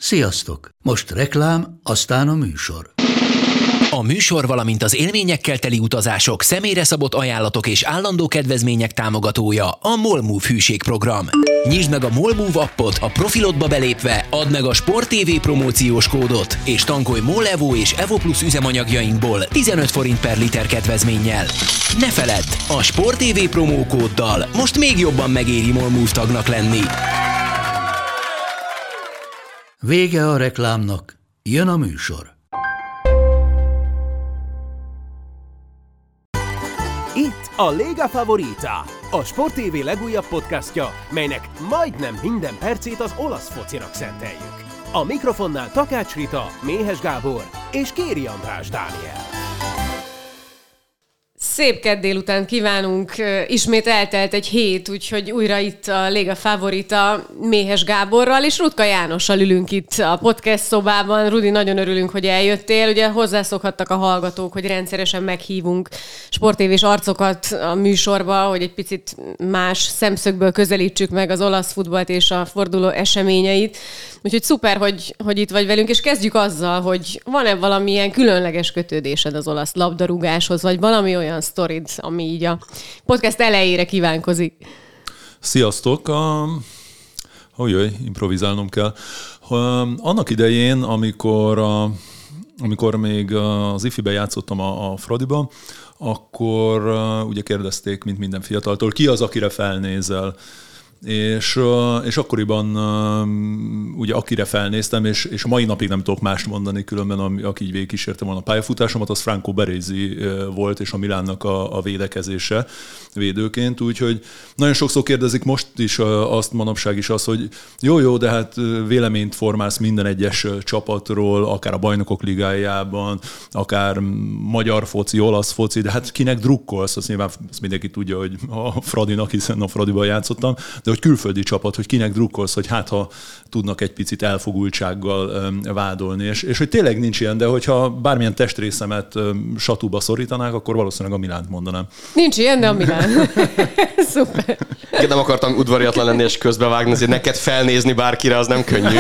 Sziasztok! Most reklám, aztán a műsor. A műsor, valamint az élményekkel teli utazások, személyre szabott ajánlatok és állandó kedvezmények támogatója a MOL Move hűségprogram. Nyisd meg a MOL Move appot, a profilodba belépve, add meg a Sport TV promóciós kódot, és tankolj MOL Evo és Evo Plus üzemanyagjainkból 15 forint per liter kedvezménnyel. Ne feledd, a Sport TV promókóddal most még jobban megéri MOL Move tagnak lenni. Vége a reklámnak, jön a műsor. Itt a Lega Favorita, a Sport TV legújabb podcastja, melynek majdnem minden percét az olasz focinak szenteljük. A mikrofonnál Takács Rita, Méhes Gábor és Kéri András Dániel. Szép kedd délután kívánunk, ismét eltelt egy hét, úgyhogy újra itt a Lega Favorita Méhes Gáborral és Rutka Jánossal ülünk itt a podcast szobában. Rudi, nagyon örülünk, hogy eljöttél. Ugye hozzászokhattak a hallgatók, hogy rendszeresen meghívunk sporttévés arcokat a műsorba, hogy egy picit más szemszögből közelítsük meg az olasz futballt és a forduló eseményeit. Úgyhogy szuper, hogy itt vagy velünk, és kezdjük azzal, hogy van-e valamilyen különleges kötődésed az olasz labdarúgáshoz, vagy valami olyan sztorid, ami így a podcast elejére kívánkozik. Sziasztok! Improvizálnom kell. Annak idején, amikor még az ifibe játszottam a Fradiba, akkor ugye kérdezték, mint minden fiataltól, ki az, akire felnézel. És akkoriban ugye akire felnéztem, és a mai napig nem tudok mást mondani, különben aki így végigkísérte volna a pályafutásomat, az Franco Baresi volt, és a Milánnak a védekezése védőként, úgyhogy nagyon sokszor kérdezik most is azt, manapság is azt, hogy jó, de hát véleményt formálsz minden egyes csapatról, akár a Bajnokok Ligájában, akár magyar foci, olasz foci, de hát kinek drukkolsz, azt nyilván azt mindenki tudja, hogy a Fradinak, hiszen a Fradiban játszottam, de hogy külföldi csapat, hogy kinek drukkolsz, hogy hát ha tudnak egy picit elfogultsággal vádolni. És hogy tényleg nincs ilyen, de hogyha bármilyen testrészemet satúba szorítanák, akkor valószínűleg a Milánt mondanám. Nincs ilyen, de a Milán. Szuper. Én nem akartam udvariatlan lenni és közbevágni, azért neked felnézni bárkire, az nem könnyű.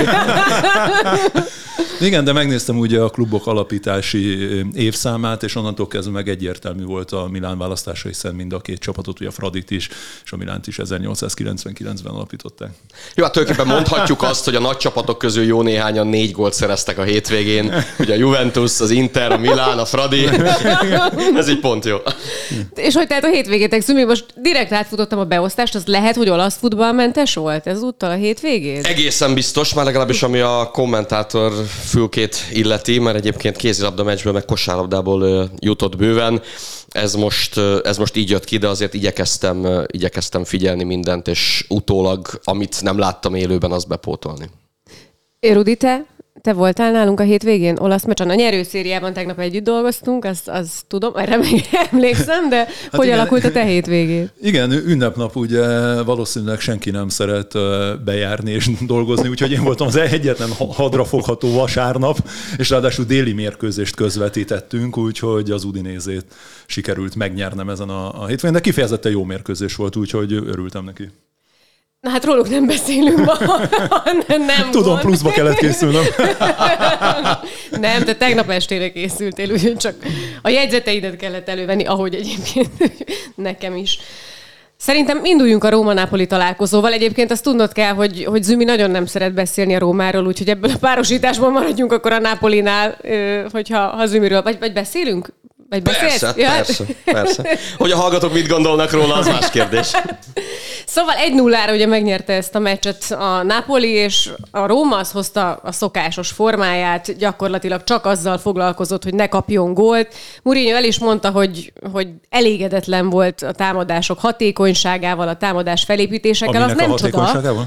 Igen, de megnéztem ugye a klubok alapítási évszámát, és onnantól kezdve meg egyértelmű volt a Milán választása, hiszen mind a két csapatot, ugye a Fradit is, és a Milánt is 1899-ben alapították. Jó, hát tulajdonképpen mondhatjuk azt, hogy a nagy csapatok közül jó néhányan 4 gólt szereztek a hétvégén. Ugye a Juventus, az Inter, a Milán, a Fradi. Ez így pont jó. És hogy tehát a hétvégétek, Szümi, most direkt átfutottam a beosztást, az lehet, hogy olasz futballmentes volt ezúttal a hétvégén? Egészen biztos, már legalábbis ami a kommentátor fülkét illeti, mert egyébként kézilabda meccsből, meg kosárlabdából jutott bőven. Ez most így jött ki, de azért igyekeztem figyelni mindent, és utólag, amit nem láttam élőben, azt bepótolni. Rudi, te voltál nálunk a hétvégén olasz meccsen? A nyerőszériában tegnap együtt dolgoztunk, azt tudom, erre még emlékszem, de hát hogy igen, alakult a te hétvégén? Igen, ünnepnap ugye valószínűleg senki nem szeret bejárni és dolgozni, úgyhogy én voltam az egyetlen hadrafogható vasárnap, és ráadásul déli mérkőzést közvetítettünk, úgyhogy az Udinését sikerült megnyernem ezen a hétvégén, de kifejezetten jó mérkőzés volt, úgyhogy örültem neki. Na hát róluk nem beszélünk ma. Nem tudom, gond. pluszba kellett készülnöm. Nem, te tegnap estére készültél, úgyhogy csak a jegyzeteidet kellett elővenni, ahogy egyébként nekem is. Szerintem induljunk a Róma-Nápoli találkozóval. Egyébként azt tudnod kell, hogy Zümi nagyon nem szeret beszélni a Rómáról, úgyhogy ebből a párosításból maradjunk akkor a Nápolinál, hogyha Zümiről. Vagy beszélünk? Vagy Persze. Hogy a hallgatók mit gondolnak róla, az más kérdés. Szóval 1-0-ra ugye megnyerte ezt a meccset a Napoli, és a Róma az hozta a szokásos formáját, gyakorlatilag csak azzal foglalkozott, hogy ne kapjon gólt. Mourinho el is mondta, hogy elégedetlen volt a támadások hatékonyságával, a támadás felépítésekkel. Aminek az nem hatékonyságával?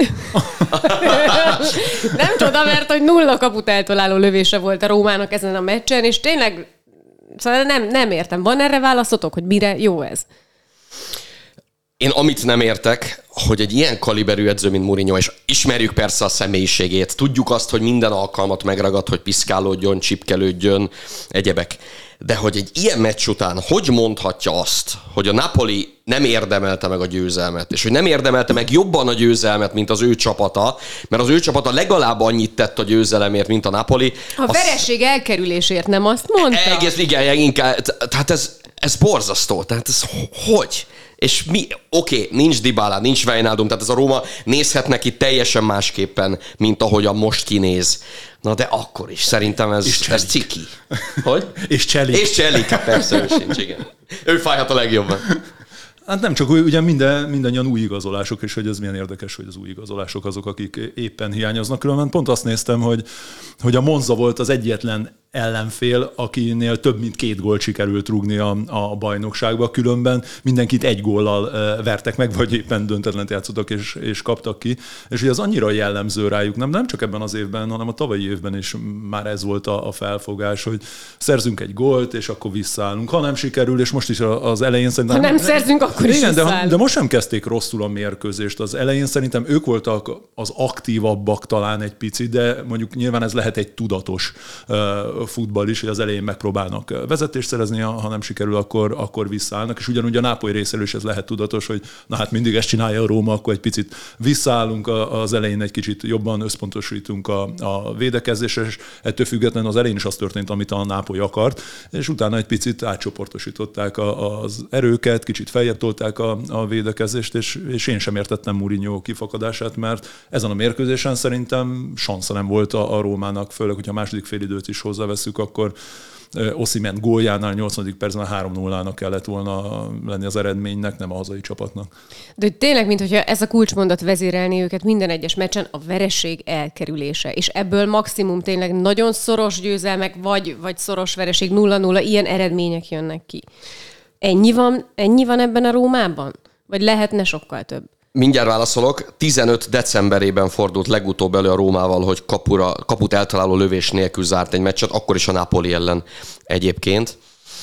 Nem csoda, mert hogy 0 kaput eltaláló lövése volt a Rómának ezen a meccsen, és tényleg szóval nem értem. Van erre válaszotok, hogy mire jó ez? Én amit nem értek, hogy egy ilyen kaliberű edző, mint Mourinho, és ismerjük persze a személyiségét, tudjuk azt, hogy minden alkalmat megragad, hogy piszkálódjon, csipkelődjön, egyebek. De hogy egy ilyen meccs után hogy mondhatja azt, hogy a Napoli nem érdemelte meg a győzelmet, és hogy nem érdemelte meg jobban a győzelmet, mint az ő csapata, mert az ő csapata legalább annyit tett a győzelemért, mint a Napoli. A vereség elkerülésért nem azt mondta? Egész, igen, inkább. Tehát ez borzasztó. Tehát ez hogy? És mi, oké, nincs Dybala, nincs Wijnaldum, tehát ez a Róma nézhet neki teljesen másképpen, mint ahogyan most kinéz. Na de akkor is, szerintem ez ciki. Hogy? És Cselik. És Cselik, persze, ő sincs, igen. Ő fájhat a legjobban. Hát nem csak ugye mindannyian új igazolások, és hogy ez milyen érdekes, hogy az új igazolások azok, akik éppen hiányoznak. Különben pont azt néztem, hogy a Monza volt az egyetlen ellenfél, akinél több mint 2 gólt sikerült rúgni a bajnokságba, különben mindenkit 1 góllal vertek meg, vagy éppen döntetlent játszottak és kaptak ki. És ugye az annyira jellemző rájuk, nem csak ebben az évben, hanem a tavalyi évben is már ez volt a felfogás, hogy szerzünk 1 gólt, és akkor visszaállunk. Ha nem sikerül, és most is az elején szerintem... Ha nem szerzünk, akkor is visszaállunk. De most sem kezdték rosszul a mérkőzést. Az elején szerintem ők voltak az aktívabbak talán egy picit, de mondjuk nyilván ez lehet egy tudatos futball is, hogy az elején megpróbálnak vezetést szerezni, ha nem sikerül, akkor visszaállnak, és ugyanúgy a Nápoly részéről is ez lehet tudatos, hogy na hát mindig ezt csinálja a Róma, akkor egy picit visszaállunk az elején, egy kicsit jobban összpontosítunk a védekezésre, és ettől függetlenül az elején is az történt, amit a Nápoly akart, és utána egy picit átcsoportosították az erőket, kicsit feljebb tolták a védekezést, és én sem értettem Mourinho kifakadását, mert ezen a mérkőzésen szerintem sansza nem volt a Rómának, főleg, hogyha a második félidőt is hozzáveszünk, akkor Osimhen góljánál 80. percben 3-0-nak kellett volna lenni az eredménynek, nem a hazai csapatnak. De tényleg, mintha ez a kulcsmondat vezérelni őket minden egyes meccsen, a vereség elkerülése. És ebből maximum tényleg nagyon szoros győzelmek, vagy szoros vereség 0-0, ilyen eredmények jönnek ki. Ennyi van ebben a Rómában? Vagy lehetne sokkal több? Mindjárt válaszolok. 15 decemberében fordult legutóbb elő a Rómával, hogy kaput eltaláló lövés nélkül zárt egy meccset, akkor is a Napoli ellen egyébként.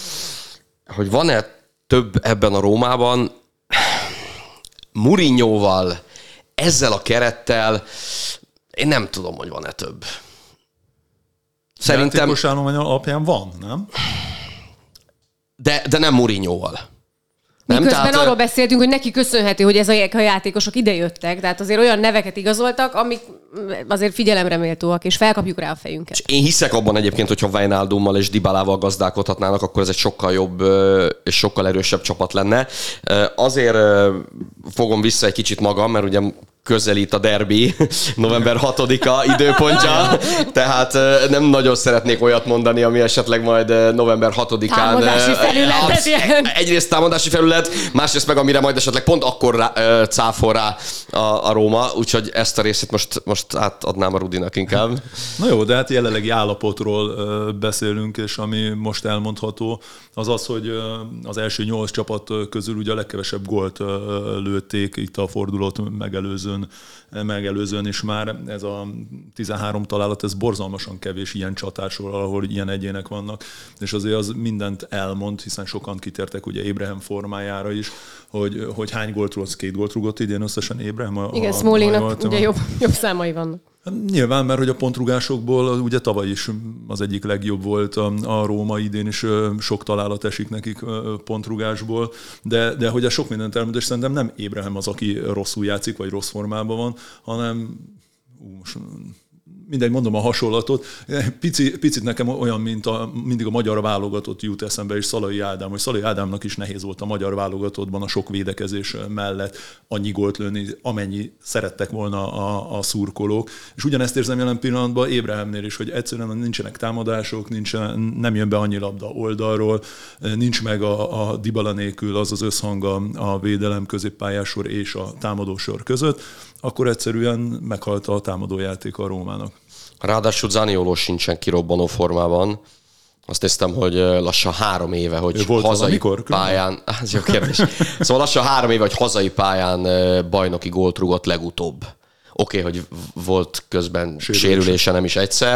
Hogy van-e több ebben a Rómában? Mourinhoval, ezzel a kerettel, én nem tudom, hogy van-e több. Szerintem... Játékos állomány alapján van, nem? De nem Mourinhoval. Miközben arról beszéltünk, hogy neki köszönhető, hogy ezek a játékosok idejöttek, tehát azért olyan neveket igazoltak, amik azért figyelemre méltóak, és felkapjuk rá a fejünket. És én hiszek abban egyébként, hogyha Wijnaldummal és Dybalával gazdálkodhatnának, akkor ez egy sokkal jobb és sokkal erősebb csapat lenne. Azért fogom vissza egy kicsit magam, mert ugye közelít a derbi, november 6-a időpontja, tehát nem nagyon szeretnék olyat mondani, ami esetleg majd november 6-án... Támadási felületet jelent. Egyrészt támadási felület, másrészt meg amire majd esetleg pont akkor cáfol rá a Róma, úgyhogy ezt a részét most átadnám a Rudinak inkább. Na jó, de hát jelenlegi állapotról beszélünk, és ami most elmondható, az, hogy az első 8 csapat közül ugye a legkevesebb gólt lőtték itt a fordulót megelőzően is már. Ez a 13 találat, ez borzalmasan kevés ilyen csatársorral, ahol ilyen egyének vannak, és azért az mindent elmond, hiszen sokan kitértek ugye Abraham formájára is, hogy hány gólt rúgott, 2 gólt rúgott idén összesen Abraham. Igen, Smallingnak ugye jobb számai vannak. Nyilván, mert hogy a pontrugásokból ugye tavaly is az egyik legjobb volt a Róma, idén is sok találat esik nekik pontrugásból, de hogy ez sok mindent elmond, és szerintem nem Abraham az, aki rosszul játszik, vagy rossz formában van, hanem most mindegy, mondom a hasonlatot. Picit nekem olyan, mint mindig a magyar válogatott jut eszembe, és Szalai Ádám, hogy Szalai Ádámnak is nehéz volt a magyar válogatottban a sok védekezés mellett annyi gólt lőni, amennyi szerettek volna a szurkolók. És ugyanezt érzem jelen pillanatban Abrahamnél is, hogy egyszerűen nincsenek támadások, nem jön be annyi labda oldalról, nincs meg a Dybala nélkül az összhang a védelem, középpályásor és a támadósor között, akkor egyszerűen meghalt a támadójáték a Rómának. Ráadásul Zanioló sincsen kirobbanó formában. Azt néztem, hogy lassan 3 éve, hogy hazai pályán... Ez jó kérdés. Szóval lassan 3 éve, hogy hazai pályán bajnoki gólt rúgott legutóbb. Oké, hogy volt közben sérülése nem is egyszer,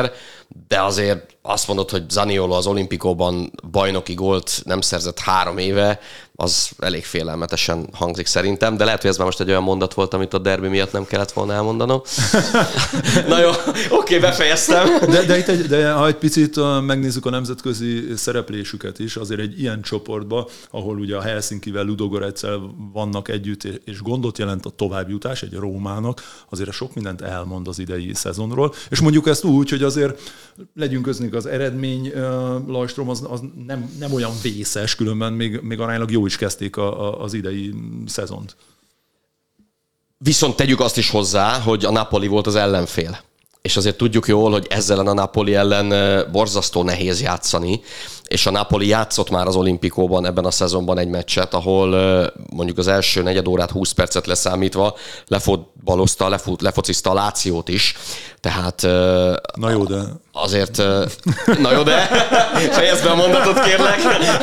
de azért azt mondod, hogy Zaniolo az Olimpikóban bajnoki gólt nem szerzett 3 éve, az elég félelmetesen hangzik szerintem, de lehet, hogy ez már most egy olyan mondat volt, amit a derbi miatt nem kellett volna elmondanom. Na jó, oké, befejeztem. De ha egy picit megnézzük a nemzetközi szereplésüket is, azért egy ilyen csoportba, ahol ugye a Helsinkivel, Ludogoretszel vannak együtt, és gondot jelent a továbbjutás egy Rómának, azért sok mindent elmond az idei szezonról, és mondjuk ezt úgy, hogy azért legyünk köznék, az eredmény Lajstrom az nem olyan vészes, különben még aránylag jó is kezdték az idei szezont. Viszont tegyük azt is hozzá, hogy a Napoli volt az ellenfél. És azért tudjuk jól, hogy ezzel a Napoli ellen borzasztó nehéz játszani, és a Napoli játszott már az Olimpikóban ebben a szezonban egy meccset, ahol mondjuk az első negyed órát 20 percet leszámítva lefutballozta, lefocizta a Lációt is. Tehát na jó, de... Azért, na jó, de fejezd be a mondatot, kérlek.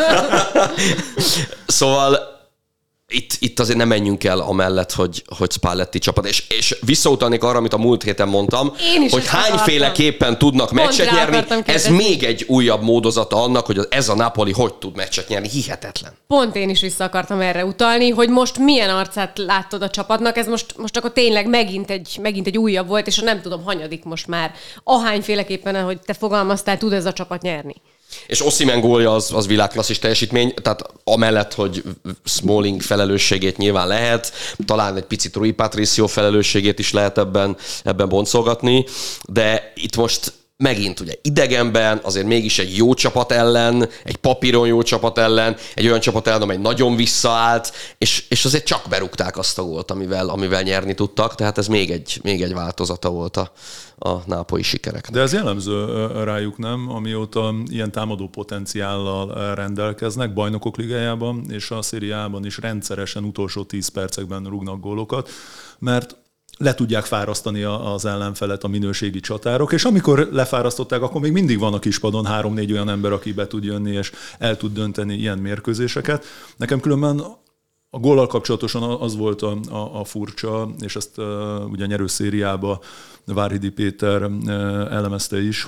Szóval itt azért nem menjünk el amellett, hogy Spalletti csapat. És visszautalnék arra, amit a múlt héten mondtam, hogy hányféleképpen tudnak meccset nyerni. Ez még egy újabb módozata annak, hogy ez a Napoli hogy tud meccset nyerni. Hihetetlen. Pont én is vissza akartam erre utalni, hogy most milyen arcát látod a csapatnak. Ez most akkor tényleg megint egy újabb volt, és nem tudom, hanyadik most már. Ahányféleképpen, ahogy te fogalmaztál, tud ez a csapat nyerni. És Osimhen gólja az világklasszis teljesítmény, tehát amellett, hogy Smalling felelősségét nyilván lehet, talán egy picit Rui Patricio felelősségét is lehet ebben boncolgatni, de itt most megint ugye idegenben, azért mégis egy jó csapat ellen, egy papíron jó csapat ellen, egy olyan csapat ellen, amely nagyon visszaállt, és azért csak berúgták azt a gólt, amivel nyerni tudtak, tehát ez még egy változata volt a nápolyi sikereknek. De ez jellemző rájuk, nem? Amióta ilyen támadó potenciállal rendelkeznek, Bajnokok Ligájában és a Szériában is rendszeresen utolsó 10 percekben rúgnak gólokat, mert le tudják fárasztani az ellenfelet a minőségi csatárok, és amikor lefárasztották, akkor még mindig van a kispadon 3-4 olyan ember, aki be tud jönni, és el tud dönteni ilyen mérkőzéseket. Nekem különben a góllal kapcsolatosan az volt a furcsa, és ezt ugye a nyerő szériába Várhidi Péter elemezte is,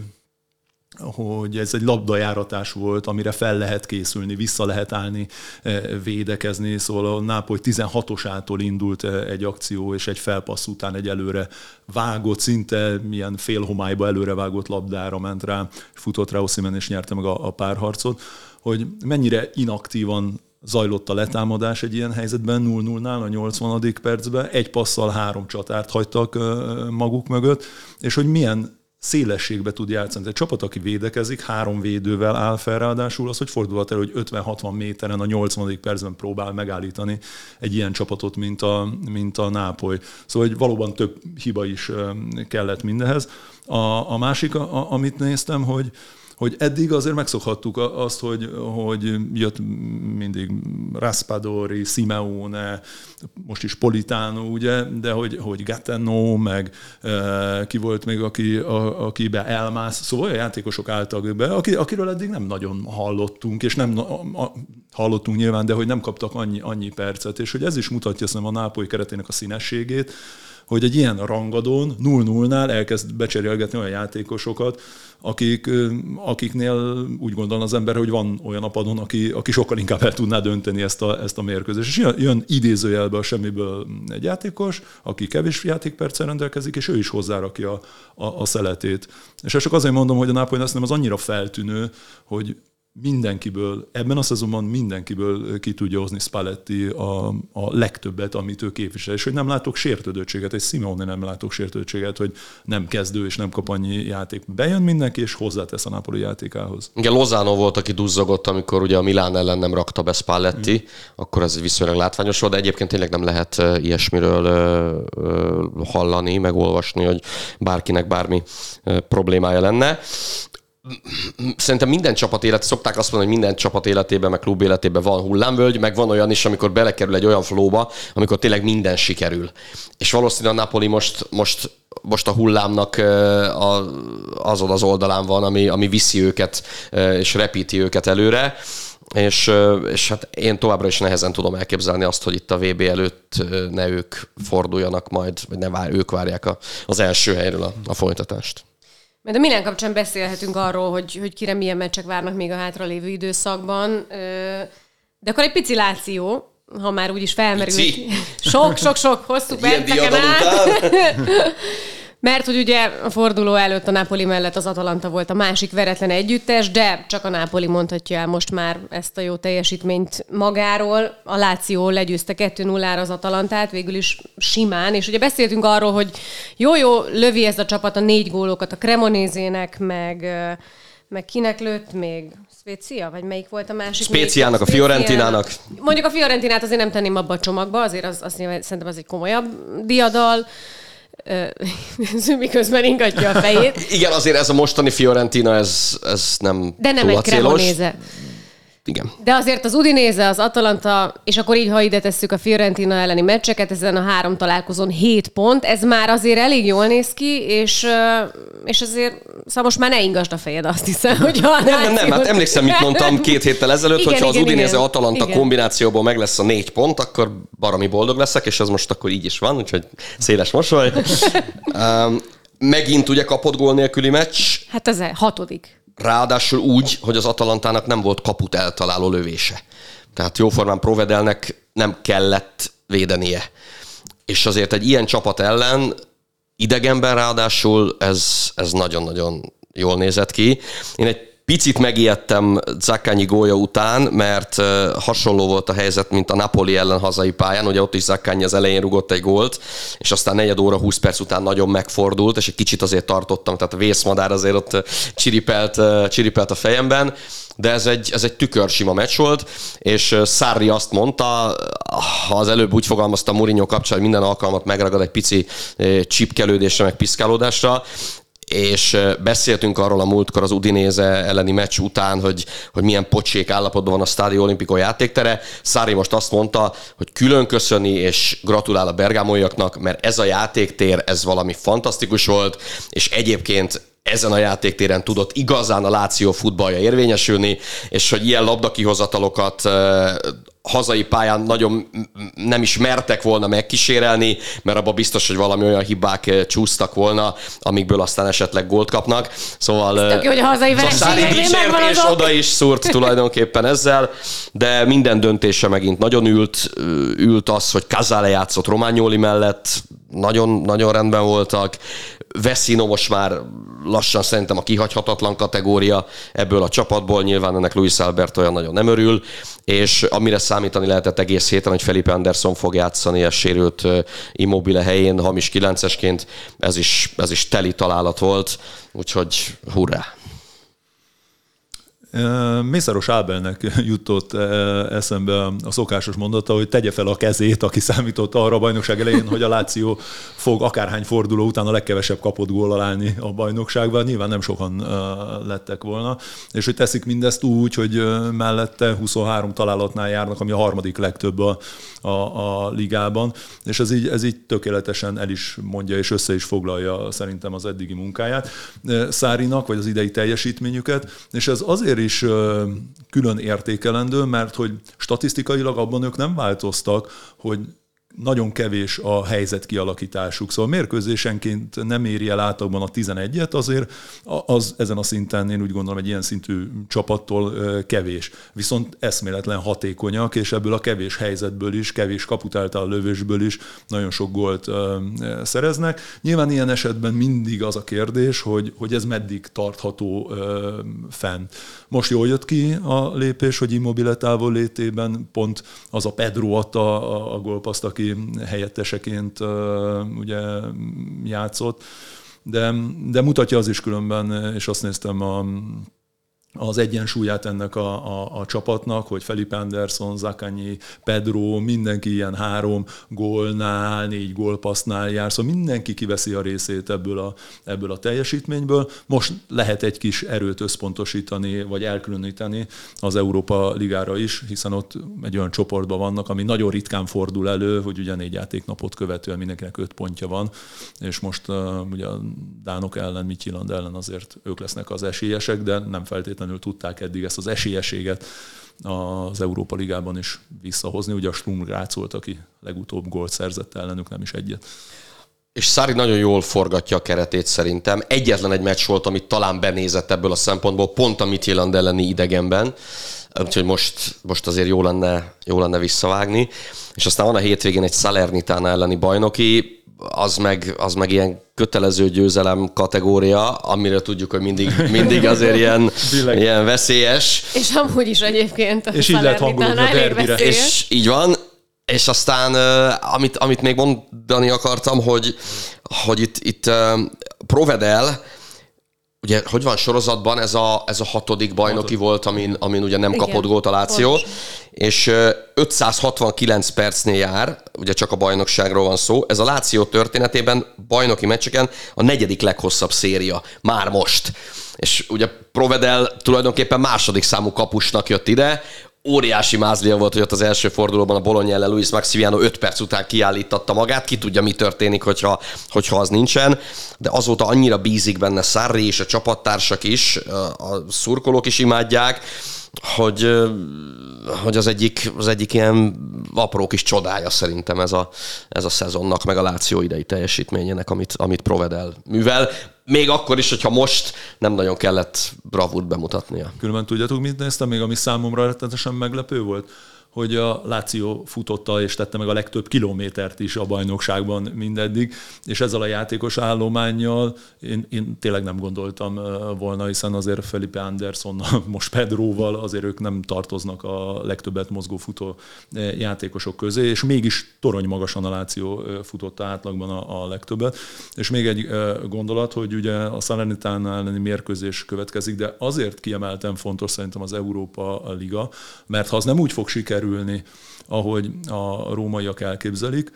hogy ez egy labdajáratás volt, amire fel lehet készülni, vissza lehet állni, védekezni, szóval a Nápoly 16-osától indult egy akció, és egy felpassz után egy előre vágott, szinte milyen félhomályba előre vágott labdára ment rá, futott rá Osimhen, és nyerte meg a párharcot, hogy mennyire inaktívan zajlott a letámadás egy ilyen helyzetben, 0-0-nál a 80. percben, egy passzal 3 csatárt hagytak maguk mögött, és hogy milyen szélességbe tud játszani. Egy csapat, aki védekezik, 3 védővel áll fel, ráadásul az, hogy fordulhat el, hogy 50-60 méteren a 80. percben próbál megállítani egy ilyen csapatot, mint a Nápoly. Szóval hogy valóban több hiba is kellett mindehez. A másik, amit néztem, hogy eddig azért megszokhattuk azt, hogy jött mindig Raspadori, Simeone, most is Politano, ugye, de hogy Gattuso, meg ki volt még, akibe Elmász, szóval olyan játékosok álltak be, akiről eddig nem nagyon hallottunk, és nem hallottunk nyilván, de hogy nem kaptak annyi percet, és hogy ez is mutatja szerintem a Nápoly keretének a színességét, hogy egy ilyen rangadón 0-0-nál elkezd becserélgetni olyan játékosokat, akiknél úgy gondol az ember, hogy van olyan a padon, aki sokkal inkább el tudná dönteni ezt a mérkőzést. És jön idézőjelbe a semmiből egy játékos, aki kevés játékperccel rendelkezik, és ő is hozzárakja a szeletét. És csak azért mondom, hogy a Nápoly nem az annyira feltűnő, hogy mindenkiből, ebben a szezonban mindenkiből ki tudja hozni Spalletti a legtöbbet, amit ő képvisel. És hogy nem látok sértődöttséget, egy Simeone nem látok sértődöttséget, hogy nem kezdő és nem kap annyi játék. Bejön mindenki, és hozzátesz a Napoli játékához. Igen, Lozano volt, aki duzzogott, amikor ugye a Milán ellen nem rakta be Spalletti, akkor ez viszonylag látványos volt, de egyébként tényleg nem lehet ilyesmiről hallani, megolvasni, hogy bárkinek bármi problémája lenne. Szerintem minden csapat szokták azt mondani, hogy minden csapat életében, meg klub életében van hullámvölgy, meg van olyan is, amikor belekerül egy olyan flowba, amikor tényleg minden sikerül. És valószínűleg a Napoli most a hullámnak azon az oldalán van, ami viszi őket, és repíti őket előre. És hát én továbbra is nehezen tudom elképzelni azt, hogy itt a VB előtt ne ők forduljanak majd, vagy ne ők várják az első helyről a folytatást. De minden kapcsán beszélhetünk arról, hogy kire milyen meccsek várnak még a hátralévő időszakban. De akkor egy pici Láció, ha már úgyis felmerült. Sok, hosszú perceken át. Mert hogy ugye a forduló előtt a Napoli mellett az Atalanta volt a másik veretlen együttes, de csak a Napoli mondhatja el most már ezt a jó teljesítményt magáról. A Láció legyőzte 2-0-ra az Atalantát, végül is simán, és ugye beszéltünk arról, hogy jó, lövi ez a csapat a 4 gólokat a Cremonézének, meg kinek lőtt még? Spezia? Vagy melyik volt a másik? Speciának, a Fiorentinának. Mondjuk a Fiorentinát azért nem tenném abba a csomagba, azért az szerintem az egy komolyabb diadal. Zümi közben ingatja a fejét. Igen, azért ez a mostani Fiorentina, ez nem de nem egy Cremonese. Igen. De azért az Udinese, az Atalanta, és akkor így, ha ide tesszük a Fiorentina elleni meccseket, ezen a 3 találkozón 7 pont, ez már azért elég jól néz ki, és azért, szóval most már ne ingasd a fejed, azt hiszem, hogy Nem, hát emlékszem, mit mondtam 2 héttel ezelőtt, hogyha az Udinese-Atalanta kombinációból meg lesz a 4 pont, akkor baromi boldog leszek, és ez most akkor így is van, úgyhogy széles mosoly. Megint ugye kapott gól nélküli meccs. Hát ez 6. Ráadásul úgy, hogy az Atalantának nem volt kaput eltaláló lövése. Tehát jóformán Provedelnek nem kellett védenie. És azért egy ilyen csapat ellen idegenben ráadásul ez nagyon-nagyon jól nézett ki. Én egy picit megijedtem Zaccagni gólja után, mert hasonló volt a helyzet, mint a Napoli ellen hazai pályán. Ugye ott is Zaccagni az elején rugott egy gólt, és aztán 4 óra 20 perc után nagyon megfordult, és egy kicsit azért tartottam, tehát a vészmadár azért ott csiripelt a fejemben. De ez egy tükörsima meccs volt, és Sarri azt mondta, ha az előbb úgy fogalmazta Mourinho kapcsán, hogy minden alkalmat megragad egy pici csipkelődésre, meg piszkálódásra, és beszéltünk arról a múltkor az Udinese elleni meccs után, hogy milyen pocsék állapotban van a Stadio Olimpico játéktere. Sarri most azt mondta, hogy külön köszöni és gratulál a bergámóiaknak, mert ez a játéktér, ez valami fantasztikus volt, és egyébként ezen a játéktéren tudott igazán a Láció futballja érvényesülni, és hogy ilyen labdakihozatalokat hazai pályán nagyon nem is mertek volna megkísérelni, mert abban biztos, hogy valami olyan hibák csúsztak volna, amikből aztán esetleg gólt kapnak. Szóval tök jó, hogy a hazai vereségeknél megvan és oda is szúrt tulajdonképpen ezzel, de minden döntése megint nagyon ült az, hogy Casale játszott Romagnoli mellett, nagyon rendben voltak. Vecino most már lassan szerintem a kihagyhatatlan kategória ebből a csapatból, nyilván ennek Luis Alberto olyan nagyon nem örül, és amire számítani lehetett egész héten, hogy Felipe Anderson fog játszani a sérült Immobile helyén, hamis 9-esként, ez is teli találat volt, úgyhogy hurrá! Mészáros Ábelnek jutott eszembe a szokásos mondata, hogy tegye fel a kezét, aki számított arra a bajnokság elején, hogy a Láció fog akárhány forduló után a legkevesebb kapott góllal állni a bajnokságban. Nyilván nem sokan lettek volna. És hogy teszik mindezt úgy, hogy mellette 23 találatnál járnak, ami a 3. legtöbb a ligában. És ez így tökéletesen el is mondja, és össze is foglalja szerintem az eddigi munkáját Sarrinak, vagy az idei teljesítményüket. És ez azért is külön értékelendő, mert hogy statisztikailag abban ők nem változtak, hogy nagyon kevés a helyzet kialakításuk. Szóval mérkőzésenként nem éri el átlagban a 11-et, azért az ezen a szinten én úgy gondolom egy ilyen szintű csapattól kevés. Viszont eszméletlen hatékonyak, és ebből a kevés helyzetből is, kevés kaput által lövésből is nagyon sok gólt szereznek. Nyilván ilyen esetben mindig az a kérdés, hogy ez meddig tartható fenn. Most jól jött ki a lépés, hogy Immobile távol létében pont az a Pedro adta a gólpaszt, aki helyetteseként ugye játszott, de mutatja az is különben, és azt néztem az egyensúlyát ennek a csapatnak, hogy Felipe Anderson, Zaccagni, Pedro, mindenki ilyen 3 gólnál, 4 gólpassznál jár, szóval mindenki kiveszi a részét ebből a teljesítményből. Most lehet egy kis erőt összpontosítani, vagy elkülöníteni az Európa Ligára is, hiszen ott egy olyan csoportban vannak, ami nagyon ritkán fordul elő, hogy ugye 4 játéknapot követően mindenkinek 5 pontja van, és most ugye a dánok ellen, Midtjylland ellen azért ők lesznek az esélyesek, de nem feltétlenül tudták eddig ezt az esélyességet az Európa Ligában is visszahozni. Ugye a Sturm Graz volt, aki legutóbb gólt szerzett ellenük, nem is egyet. És Sarri nagyon jól forgatja a keretét szerintem. Egyetlen egy meccs volt, amit talán benézett ebből a szempontból, pont a Midtjylland elleni idegenben. Úgyhogy most azért jó lenne visszavágni. És aztán van a hétvégén egy Salernitana elleni bajnoki, az meg ilyen kötelező győzelem kategória, amire tudjuk, hogy mindig azért ilyen veszélyes. És amúgy is egyébként és így lehet hangolni a derbire. És így van. És aztán, amit még mondani akartam, hogy itt Provedel, ugye, hogy van sorozatban, ez a 6. bajnoki volt, amin ugye nem kapott gólt a Láció, pontos. És 569 percnél jár, ugye csak a bajnokságról van szó, ez a Láció történetében bajnoki meccseken a 4. leghosszabb széria, már most. És ugye Provedel tulajdonképpen második számú kapusnak jött ide, óriási mázlia volt, hogy ott az első fordulóban a Bologna ellen Luis Maximiano 5 perc után kiállítatta magát, ki tudja, mi történik, hogyha az nincsen, de azóta annyira bízik benne Sarri és a csapattársak is, a szurkolók is imádják, hogy az egyik ilyen apró kis csodája szerintem ez a szezonnak, meg a Láció idei teljesítményének, amit Provedel művel. Még akkor is, hogyha most nem nagyon kellett bravúrt bemutatnia. Különben tudjátok, mit néztem még, ami számomra rettenetesen meglepő volt? Hogy a Láció futotta és tette meg a legtöbb kilométert is a bajnokságban mindeddig, és ezzel a játékos állománnyal én tényleg nem gondoltam volna, hiszen azért Felipe Andersonnal, most Pedróval azért ők nem tartoznak a legtöbbet mozgó futó játékosok közé, és mégis torony magasan a Láció futotta átlagban a legtöbbet. És még egy gondolat, hogy ugye a Salernitana elleni mérkőzés következik, de azért kiemelten fontos szerintem az Európa Liga, mert ha az nem úgy fog sikerülni, ahogy a rómaiak elképzelik,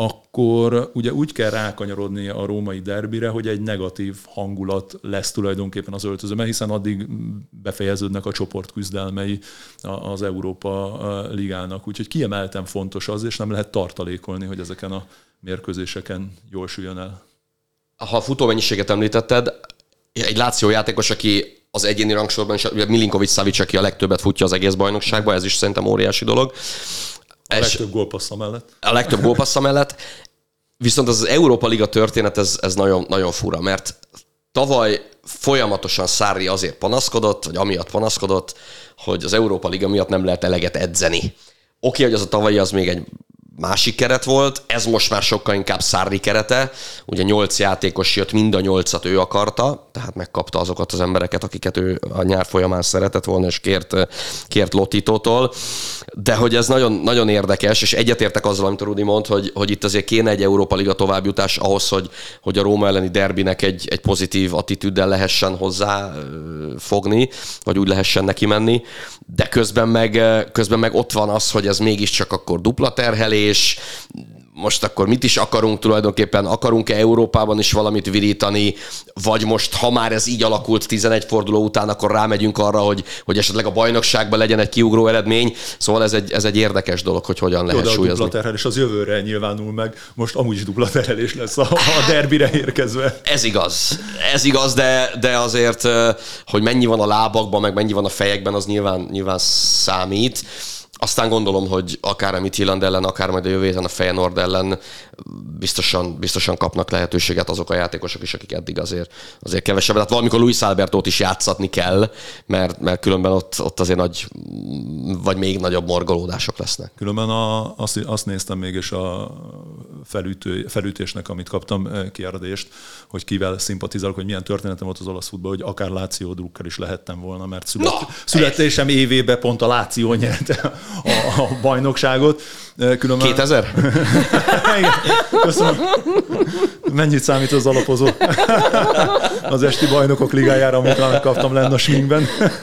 akkor ugye úgy kell rákanyarodni a római derbire, hogy egy negatív hangulat lesz tulajdonképpen az öltözőben, hiszen addig befejeződnek a csoportküzdelmei az Európa Ligának. Úgyhogy kiemelten fontos az, és nem lehet tartalékolni, hogy ezeken a mérkőzéseken jól süljön el. Ha a futómennyiséget említetted, egy Láció játékos, aki az egyéni rangsorban is, Milinković-Savić, aki a legtöbbet futja az egész bajnokságban, ez is szerintem óriási dolog. A legtöbb gólpassza mellett. A legtöbb gólpassza mellett. Viszont az Európa Liga történet, ez nagyon, nagyon fura, mert tavaly folyamatosan Sarri azért panaszkodott, vagy amiatt panaszkodott, hogy az Európa Liga miatt nem lehet eleget edzeni. Oké, hogy az a tavalyi az még egy másik keret volt, ez most már sokkal inkább Sarri kerete, ugye 8 játékos jött, mind a 8-at ő akarta, tehát megkapta azokat az embereket, akiket ő a nyár folyamán szeretett volna, és kért Lotitótól, de hogy ez nagyon, nagyon érdekes, és egyetértek azzal, amit Rudi mond, hogy itt azért kéne egy Európa Liga továbbjutás ahhoz, hogy a Róma elleni derbinek egy pozitív attitűddel lehessen hozzá fogni, vagy úgy lehessen neki menni, de közben meg ott van az, hogy ez mégiscsak akkor dupla terhelés, most akkor mit is akarunk tulajdonképpen? Akarunk-e Európában is valamit virítani? Vagy most, ha már ez így alakult 11 forduló után, akkor rámegyünk arra, hogy esetleg a bajnokságban legyen egy kiugró eredmény. Szóval ez egy érdekes dolog, hogy hogyan lehet súlyozni. A dupla terhelés az jövőre nyilvánul meg. Most amúgy is dupla terhelés lesz a derbire érkezve. Ez igaz, de azért, hogy mennyi van a lábakban, meg mennyi van a fejekben, az nyilván számít. Aztán gondolom, hogy akár a Midtjylland ellen, akár majd a jövő héten a Feyenoord ellen biztosan kapnak lehetőséget azok a játékosok is, akik eddig azért kevesebb. Tehát valamikor Luis Albertót is játszatni kell, mert különben ott azért nagy, vagy még nagyobb morgolódások lesznek. Különben azt néztem még, és a felütésnek, amit kaptam kérdést, hogy kivel szimpatizálok, hogy milyen történetem volt az olasz futball, hogy akár Láció drukker is lehettem volna, mert születésem évében pont a Láció nyerte a bajnokságot. Különben... 2000? Igen, köszönöm. Mennyit számít az alapozó? Az esti bajnokok ligájára, amit megkaptam lenne a sminkben.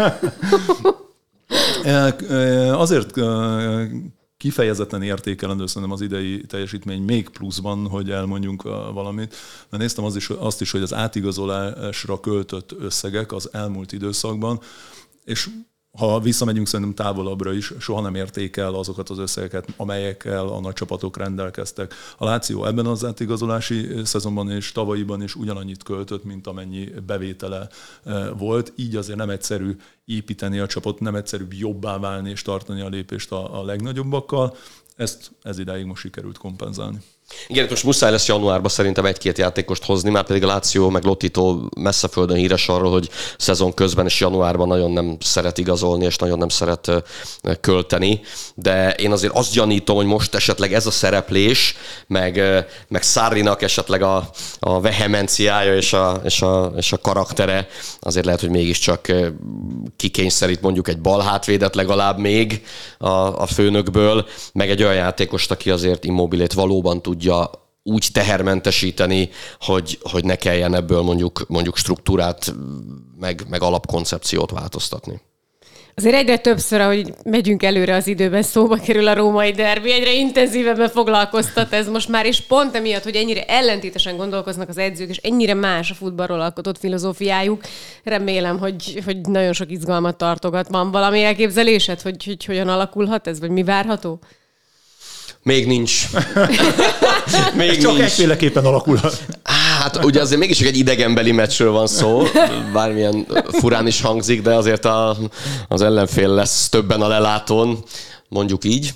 Azért kifejezetten értékelendő szerintem az idei teljesítmény még pluszban, hogy elmondjunk valamit. Mert néztem azt is, hogy az átigazolásra költött összegek az elmúlt időszakban, és ha visszamegyünk szerintem távolabbra is, soha nem érték el azokat az összegeket, amelyekkel a nagy csapatok rendelkeztek. A Láció ebben az átigazolási szezonban és tavalyiban is ugyanannyit költött, mint amennyi bevétele volt. Így azért nem egyszerű építeni a csapatot, nem egyszerű jobbá válni és tartani a lépést a legnagyobbakkal. Ez idáig most sikerült kompenzálni. Igen, most muszáj lesz januárban szerintem 1-2 játékost hozni, már pedig a Lazio meg Lotito messze földön híres arról, hogy szezon közben és januárban nagyon nem szeret igazolni, és nagyon nem szeret költeni, de én azért azt gyanítom, hogy most esetleg ez a szereplés, meg Sarrinak esetleg a vehemenciája és a karaktere, azért lehet, hogy mégiscsak kikényszerít mondjuk egy bal hátvédet legalább még a főnökből, meg egy olyan játékost, aki azért Immobilét valóban tudja úgy tehermentesíteni, hogy ne kelljen ebből mondjuk struktúrát, meg alapkoncepciót változtatni. Azért egyre többször, ahogy megyünk előre az időben, szóba kerül a római derbi, egyre intenzívebben foglalkoztat ez most már, és pont emiatt, hogy ennyire ellentétesen gondolkoznak az edzők, és ennyire más a futballról alkotott filozófiájuk, remélem, hogy nagyon sok izgalmat tartogat. Van valami elképzelésed, hogy hogyan alakulhat ez, vagy mi várható? Még nincs. Még csak egyféleképpen alakulhat. Hát ugye azért mégis egy idegenbeli meccsről van szó, bármilyen furán is hangzik, de azért az ellenfél lesz többen a lelátón, mondjuk így.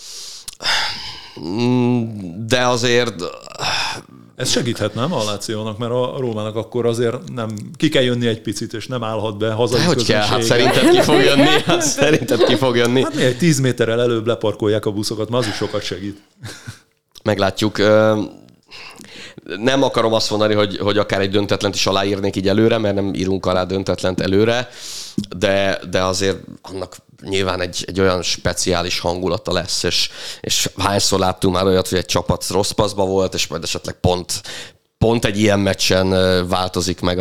De azért... Ez segíthet, nem a Lációnak, mert a Rómának akkor azért nem ki kell jönni egy picit, és nem állhat be hazai közönséggel. Hát szerinted ki fog jönni? Hát egy 10 méterrel előbb leparkolják a buszokat, már az is sokat segít. Meglátjuk. Nem akarom azt mondani, hogy akár egy döntetlent is aláírnék így előre, mert nem írunk alá döntetlent előre, de azért annak nyilván egy olyan speciális hangulata lesz, és hányszor láttunk már olyat, hogy egy csapat rossz passzba volt, és majd esetleg pont egy ilyen meccsen változik meg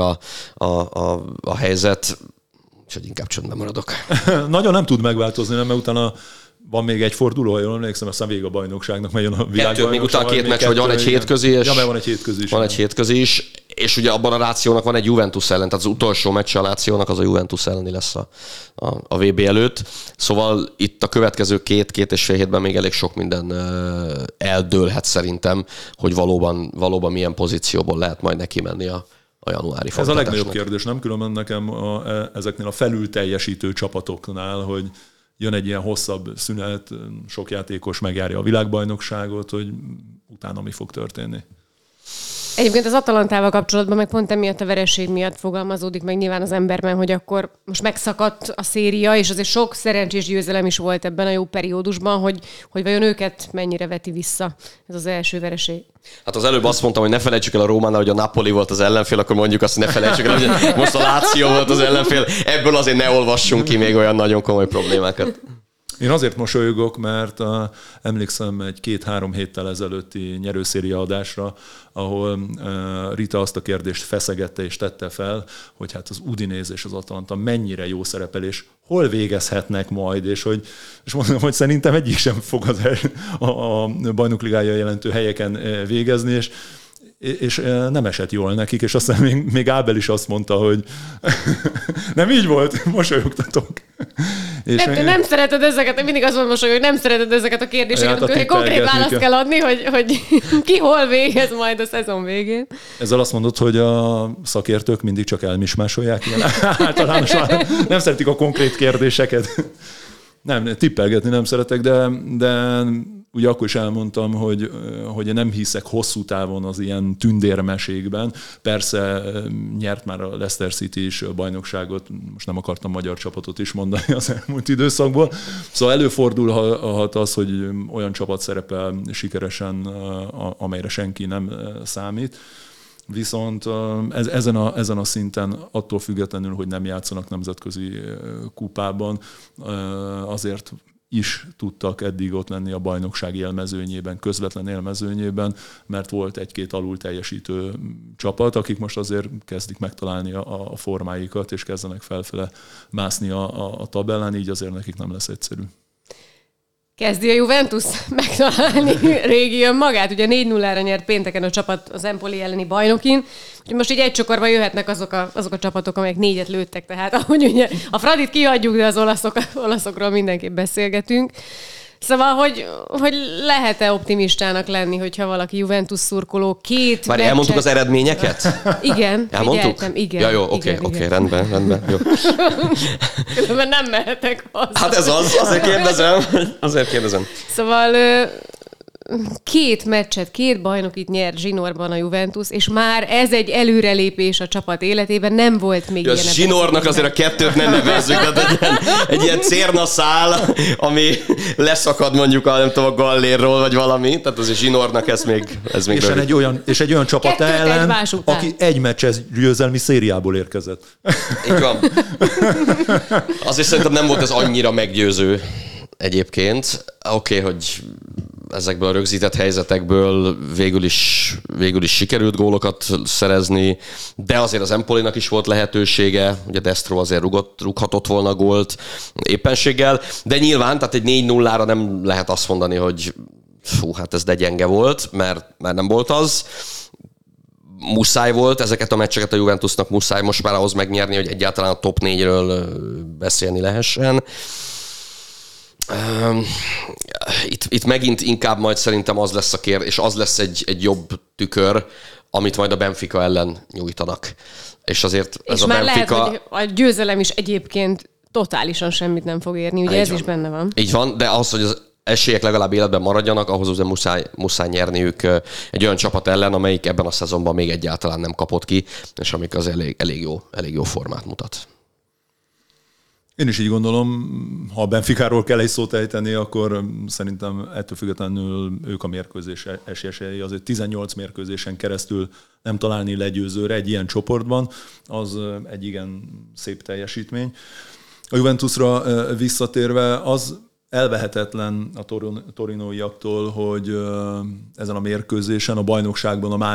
a helyzet, úgyhogy inkább csöndben maradok. Nagyon nem tud megváltozni, mert utána van még egy forduló, ha jól emlékszem, aztán vége a bajnokságnak, mert jön a világbajnokság. Még utána 2 meccs, hogy van egy hétközi, és ja, van egy hétközi is. Van egy hétközi is, és ugye abban a Lációnak van egy Juventus ellen, tehát az utolsó meccs a Lációnak az a Juventus elleni lesz a VB előtt. Szóval itt a következő 2-2,5 hétben még elég sok minden eldőlhet szerintem, hogy valóban milyen pozícióból lehet majd neki menni a januári folytatásnak. Ez a legnagyobb kérdés, nem? Különben nekem ezeknél a felül teljesítő csapatoknál, hogy jön egy ilyen hosszabb szünet, sok játékos megjárja a világbajnokságot, hogy utána mi fog történni. Egyébként az Atalantával kapcsolatban meg pont emiatt a vereség miatt fogalmazódik meg nyilván az emberben, hogy akkor most megszakadt a széria, és azért sok szerencsés győzelem is volt ebben a jó periódusban, hogy vajon őket mennyire veti vissza ez az első vereség. Hát az előbb azt mondtam, hogy ne felejtsük el a Rómánál, hogy a Napoli volt az ellenfél, akkor mondjuk azt, hogy ne felejtsük el, hogy most a Lazio volt az ellenfél. Ebből azért ne olvassunk ki még olyan nagyon komoly problémákat. Én azért mosolyogok, mert emlékszem egy 2-3 héttel ezelőtti nyerőszéria adásra, ahol Rita azt a kérdést feszegette és tette fel, hogy hát az Udinese és az Atalanta mennyire jó szerepelés, hol végezhetnek majd, és mondom, hogy szerintem egyik sem fog a bajnokligája jelentő helyeken végezni, és nem esett jól nekik, és aztán még Ábel is azt mondta, hogy nem így volt, mosolyogtatok. Nem szereted ezeket, én mindig azt mondom, hogy nem szereted ezeket a kérdéseket, amikor konkrét választ kell adni, hogy ki hol végez majd a szezon végén. Ezzel azt mondod, hogy a szakértők mindig csak elmismásolják ilyen általánosan. Nem szeretik a konkrét kérdéseket. Nem, tippelgetni nem szeretek, de ugye akkor is elmondtam, hogy nem hiszek hosszú távon az ilyen tündérmeségben. Persze nyert már a Leicester City is bajnokságot, most nem akartam magyar csapatot is mondani az elmúlt időszakból. Szóval előfordulhat az, hogy olyan csapat szerepel sikeresen, amelyre senki nem számít. Viszont ezen a szinten attól függetlenül, hogy nem játszanak nemzetközi kupában, azért is tudtak eddig ott lenni a bajnokság élmezőnyében, közvetlen élmezőnyében, mert volt egy-két alul teljesítő csapat, akik most azért kezdik megtalálni a formáikat, és kezdenek felfele mászni a tabellán, így azért nekik nem lesz egyszerű. Kezdi a Juventus megtalálni régi önmagát. Ugye 4-0-ra nyert pénteken a csapat az Empoli elleni bajnokin. Most így egy csokorba jöhetnek azok a csapatok, amelyek 4-et lőttek. Tehát ahogy ugye a Fradit kihagyjuk, de az olaszokról mindenképp beszélgetünk. Szóval, hogy lehet-e optimistának lenni, hogyha valaki Juventus szurkoló Várj, elmondtuk az eredményeket? Igen, elmondtuk? Igen. Ja, jó, oké, rendben, jó. Különben nem mehetek haza. Hát ez azért kérdezem. Szóval 2 meccset, 2 bajnokit nyert zsinórban a Juventus, és már ez egy előrelépés a csapat életében, nem volt még ilyen. A zsinórnak azért a 2-t nem nevezzük, tehát egy ilyen cérnaszál, ami leszakad mondjuk a gallérról, vagy valami, tehát azért zsinórnak ez még és egy olyan csapat ellen, aki egy meccses győzelmi szériából érkezett. Így van. Azért szerintem nem volt ez annyira meggyőző egyébként. Oké, hogy ezekből a rögzített helyzetekből végül is sikerült gólokat szerezni, de azért az Empolinak is volt lehetősége, ugye Destro azért rúghatott volna gólt éppenséggel, de nyilván, tehát egy 4-0-ra nem lehet azt mondani, hogy hát ez de gyenge volt, mert nem volt az. Muszáj volt, ezeket a meccseket a Juventusnak muszáj most már ahhoz megnyerni, hogy egyáltalán a top 4-ről beszélni lehessen. Itt megint inkább majd szerintem az lesz a kérdés, és az lesz egy jobb tükör, amit majd a Benfica ellen nyújtanak. És azért ez és a már Benfica... lehet, hogy a győzelem is egyébként totálisan semmit nem fog érni, ugye ez is benne van. Így van, de az, hogy az esélyek legalább életben maradjanak, ahhoz ugye muszáj nyerniük egy olyan csapat ellen, amelyik ebben a szezonban még egyáltalán nem kapott ki, és amik az elég jó formát mutat. Én is így gondolom, ha a Benficáról kell egy szót ejteni, akkor szerintem ettől függetlenül ők a mérkőzés esélyesei. Azért 18 mérkőzésen keresztül nem találni legyőzőre egy ilyen csoportban, az egy igen szép teljesítmény. A Juventusra visszatérve az elvehetetlen a torinóiaktól, hogy ezen a mérkőzésen a bajnokságban a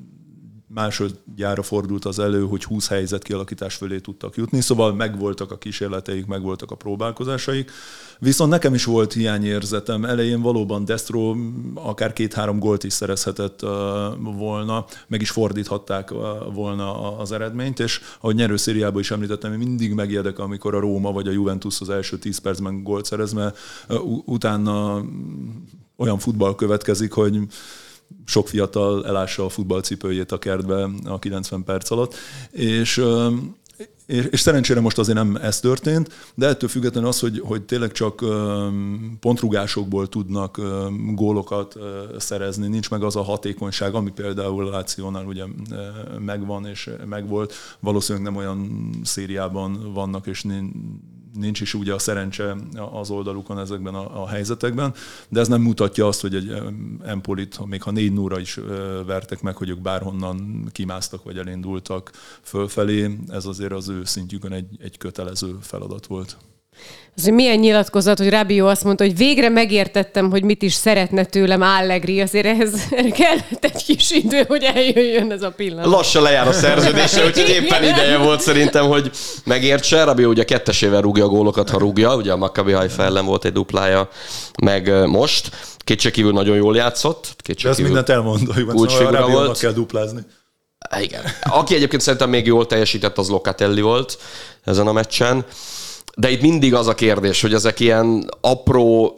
másodjára fordult az elő, hogy 20 helyzet kialakítás fölé tudtak jutni, szóval megvoltak a kísérleteik, megvoltak a próbálkozásaik. Viszont nekem is volt hiányérzetem. Elején valóban Destro akár 2-3 gólt is szerezhetett volna, meg is fordíthatták volna az eredményt, és ahogy nyerőszériában is említettem, én mindig megérdek, amikor a Róma vagy a Juventus az első 10 percben gólt szerez, mert utána olyan futball következik, hogy sok fiatal elássa a futballcipőjét a kertbe a 90 perc alatt, és szerencsére most azért nem ez történt, de ettől függetlenül az, hogy tényleg csak pontrugásokból tudnak gólokat szerezni, nincs meg az a hatékonyság, ami például a Lációnál ugye megvan és megvolt, valószínűleg nem olyan szériában vannak, és nincs is ugye a szerencse az oldalukon ezekben a helyzetekben, de ez nem mutatja azt, hogy egy Empolit, még ha 4-0-ra is vertek meg, hogy ők bárhonnan kimásztak vagy elindultak fölfelé, ez azért az ő szintjükön egy kötelező feladat volt. Azért milyen nyilatkozat, hogy Rabiot azt mondta, hogy végre megértettem, hogy mit is szeretne tőlem Allegri, azért erre kellett egy kis idő, hogy eljöjjön ez a pillanat. Lassan lejár a szerződése, úgyhogy éppen ideje volt szerintem, hogy megértse. Rabiot ugye 2-esével rúgja a gólokat, ha rúgja, ugye a Maccabi Haifa ellen volt egy duplája, meg most. Kétségkívül nagyon jól játszott. De ez mindent elmond, hogy a Rabiotnak kell duplázni. Igen. Aki egyébként szerintem még jól teljesített, az Locatelli volt ezen a meccsen. De itt mindig az a kérdés, hogy ezek ilyen apró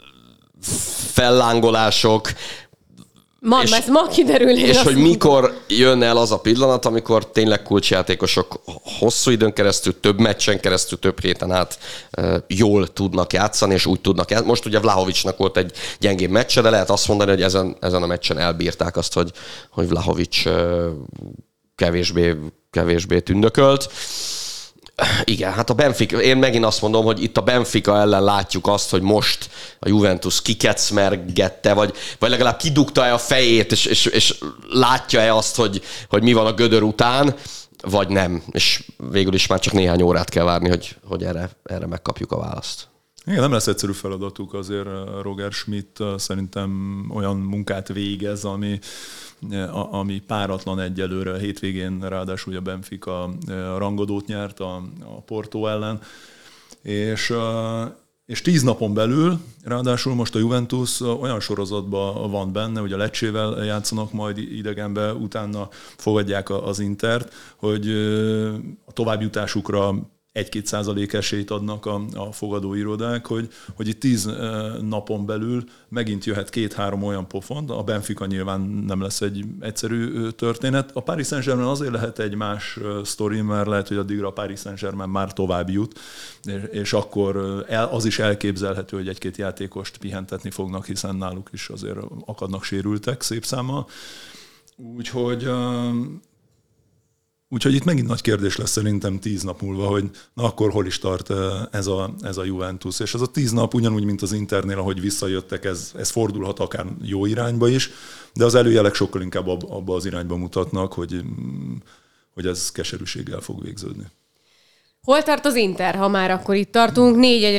fellángolások, ma kiderül. És hogy mikor jön el az a pillanat, amikor tényleg kulcsjátékosok hosszú időn keresztül, több meccsen keresztül, több héten át jól tudnak játszani, és úgy tudnak játszani. Most ugye Vlahovicsnak volt egy gyengébb meccse, de lehet azt mondani, hogy ezen a meccsen elbírták azt, hogy Vlahovics kevésbé tündökölt. Igen, hát a Benfica, én megint azt mondom, hogy itt a Benfica ellen látjuk azt, hogy most a Juventus kikecmergette, vagy legalább kidugta-e a fejét, és látja-e azt, hogy mi van a gödör után, vagy nem. És végül is már csak néhány órát kell várni, hogy erre megkapjuk a választ. Igen, nem lesz egyszerű feladatuk, azért Roger Schmidt szerintem olyan munkát végez, ami páratlan egyelőre. A hétvégén ráadásul a Benfica rangadót nyert a Porto ellen, és 10 napon belül, ráadásul most a Juventus olyan sorozatban van benne, hogy a Leccevel játszanak majd idegenbe, utána fogadják az Intert, hogy a továbbjutásukra 1-2% esélyt adnak a fogadóirodák, hogy itt 10 napon belül megint jöhet 2-3 olyan pofont. A Benfica nyilván nem lesz egy egyszerű történet. A Paris Saint-Germain azért lehet egy más sztori, mert lehet, hogy addigra a Paris Saint-Germain már tovább jut, és akkor az is elképzelhető, hogy 1-2 játékost pihentetni fognak, hiszen náluk is azért akadnak sérültek szép számmal. Úgyhogy itt megint nagy kérdés lesz szerintem 10 nap múlva, hogy na akkor hol is tart ez a Juventus. És ez a 10 nap ugyanúgy, mint az Internél, ahogy visszajöttek, ez fordulhat akár jó irányba is, de az előjelek sokkal inkább abba az irányba mutatnak, hogy ez keserűséggel fog végződni. Hol tart az Inter, ha már akkor itt tartunk?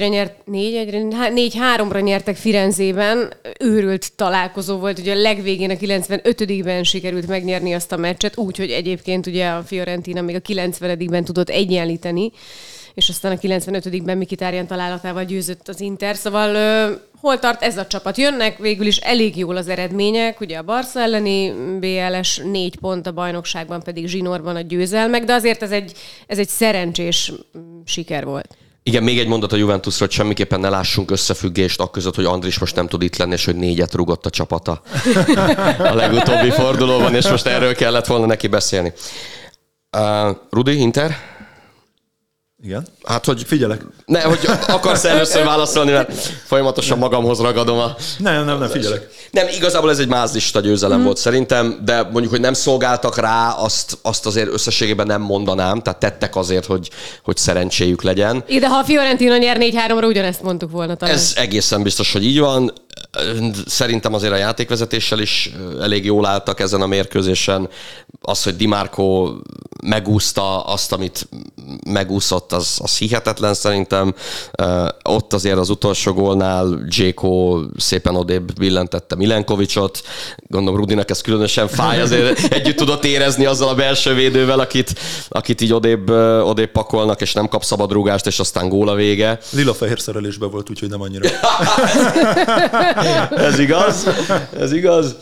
4-3-ra nyertek Firenzében. Őrült találkozó volt, ugye a legvégén a 95-ben sikerült megnyerni azt a meccset, úgyhogy egyébként ugye a Fiorentina még a 90-ben tudott egyenlíteni, és aztán a 95-ben Mkhitaryan találatával győzött az Inter. Szóval hol tart ez a csapat? Jönnek végül is elég jól az eredmények, ugye a Barca elleni BLS 4 pont, a bajnokságban pedig zsinórban a győzelmek, de azért ez egy szerencsés siker volt. Igen, még egy mondat a Juventusról, hogy semmiképpen ne lássunk összefüggést akközött, hogy Andris most nem tud itt lenni, és hogy 4-et rúgott a csapata a legutóbbi fordulóban, és most erről kellett volna neki beszélni. Rudi, Inter? Igen? Hát, hogy figyelek. Hogy akarsz először válaszolni, mert folyamatosan magamhoz ragadom a... Nem, figyelek. Nem, igazából ez egy mázlista győzelem volt szerintem, de mondjuk, hogy nem szolgáltak rá, azt azért összességében nem mondanám, tehát tettek azért, hogy szerencséjük legyen. De ha a Fiorentina nyer 4-3-ra, ugyanezt mondtuk volna talán. Ez egészen biztos, hogy így van. Szerintem azért a játékvezetéssel is elég jól álltak ezen a mérkőzésen. Az, hogy Di Marco megúszta azt, amit megúszott, az hihetetlen szerintem. Ott azért az utolsó gólnál Dzeko szépen odébb billentette Milenkovicsot. Gondolom Rudinak ez különösen fáj, azért együtt tudott érezni azzal a belső védővel, akit így odébb pakolnak, és nem kap szabadrúgást, és aztán gól a vége. Lila-fehér szerelésben volt, úgyhogy nem annyira. Ez igaz.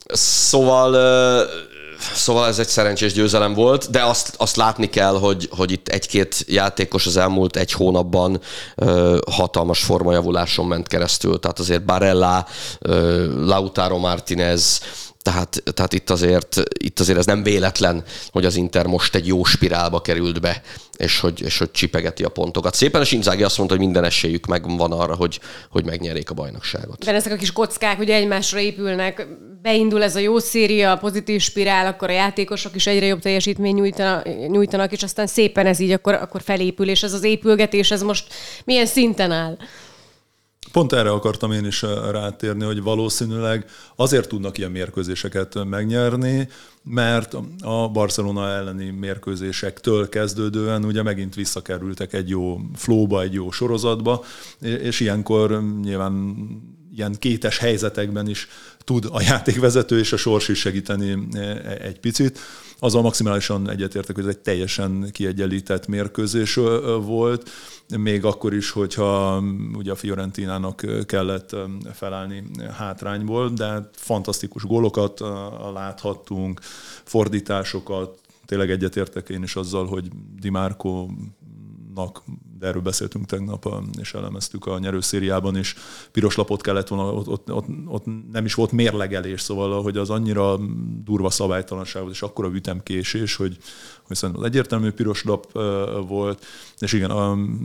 Szóval ez egy szerencsés győzelem volt, de azt látni kell, hogy itt 1-2 játékos az elmúlt 1 hónapban hatalmas formajavuláson ment keresztül. Tehát azért Barella, Lautaro Martinez, tehát itt azért ez nem véletlen, hogy az Inter most egy jó spirálba került be, és hogy csipegeti a pontokat. Szépen és Inzaghi azt mondta, hogy minden esélyük megvan arra, hogy megnyerjék a bajnokságot. De ezek a kis kockák ugye egymásra épülnek, beindul ez a jó széria, a pozitív spirál, akkor a játékosok is egyre jobb teljesítmény nyújtanak, és aztán szépen ez így akkor felépül, és ez az épülgetés, ez most milyen szinten áll? Pont erre akartam én is rátérni, hogy valószínűleg azért tudnak ilyen mérkőzéseket megnyerni, mert a Barcelona elleni mérkőzésektől kezdődően ugye megint visszakerültek egy jó flowba, egy jó sorozatba, és ilyenkor nyilván ilyen kétes helyzetekben is tud a játékvezető és a sors is segíteni egy picit. Azzal maximálisan egyetértek, hogy ez egy teljesen kiegyenlített mérkőzés volt, még akkor is, hogyha ugye a Fiorentinának kellett felállni hátrányból, de fantasztikus gólokat láthattunk, fordításokat, tényleg egyetértek én is azzal, hogy Di Marco-nak, de erről beszéltünk tegnap, és elemeztük a nyerőszériában is, piros lapot kellett volna, ott nem is volt mérlegelés, szóval hogy az annyira durva szabálytalanság volt, és akkora ütemkésés, hogy szerintem az egyértelmű piros lap volt, és igen,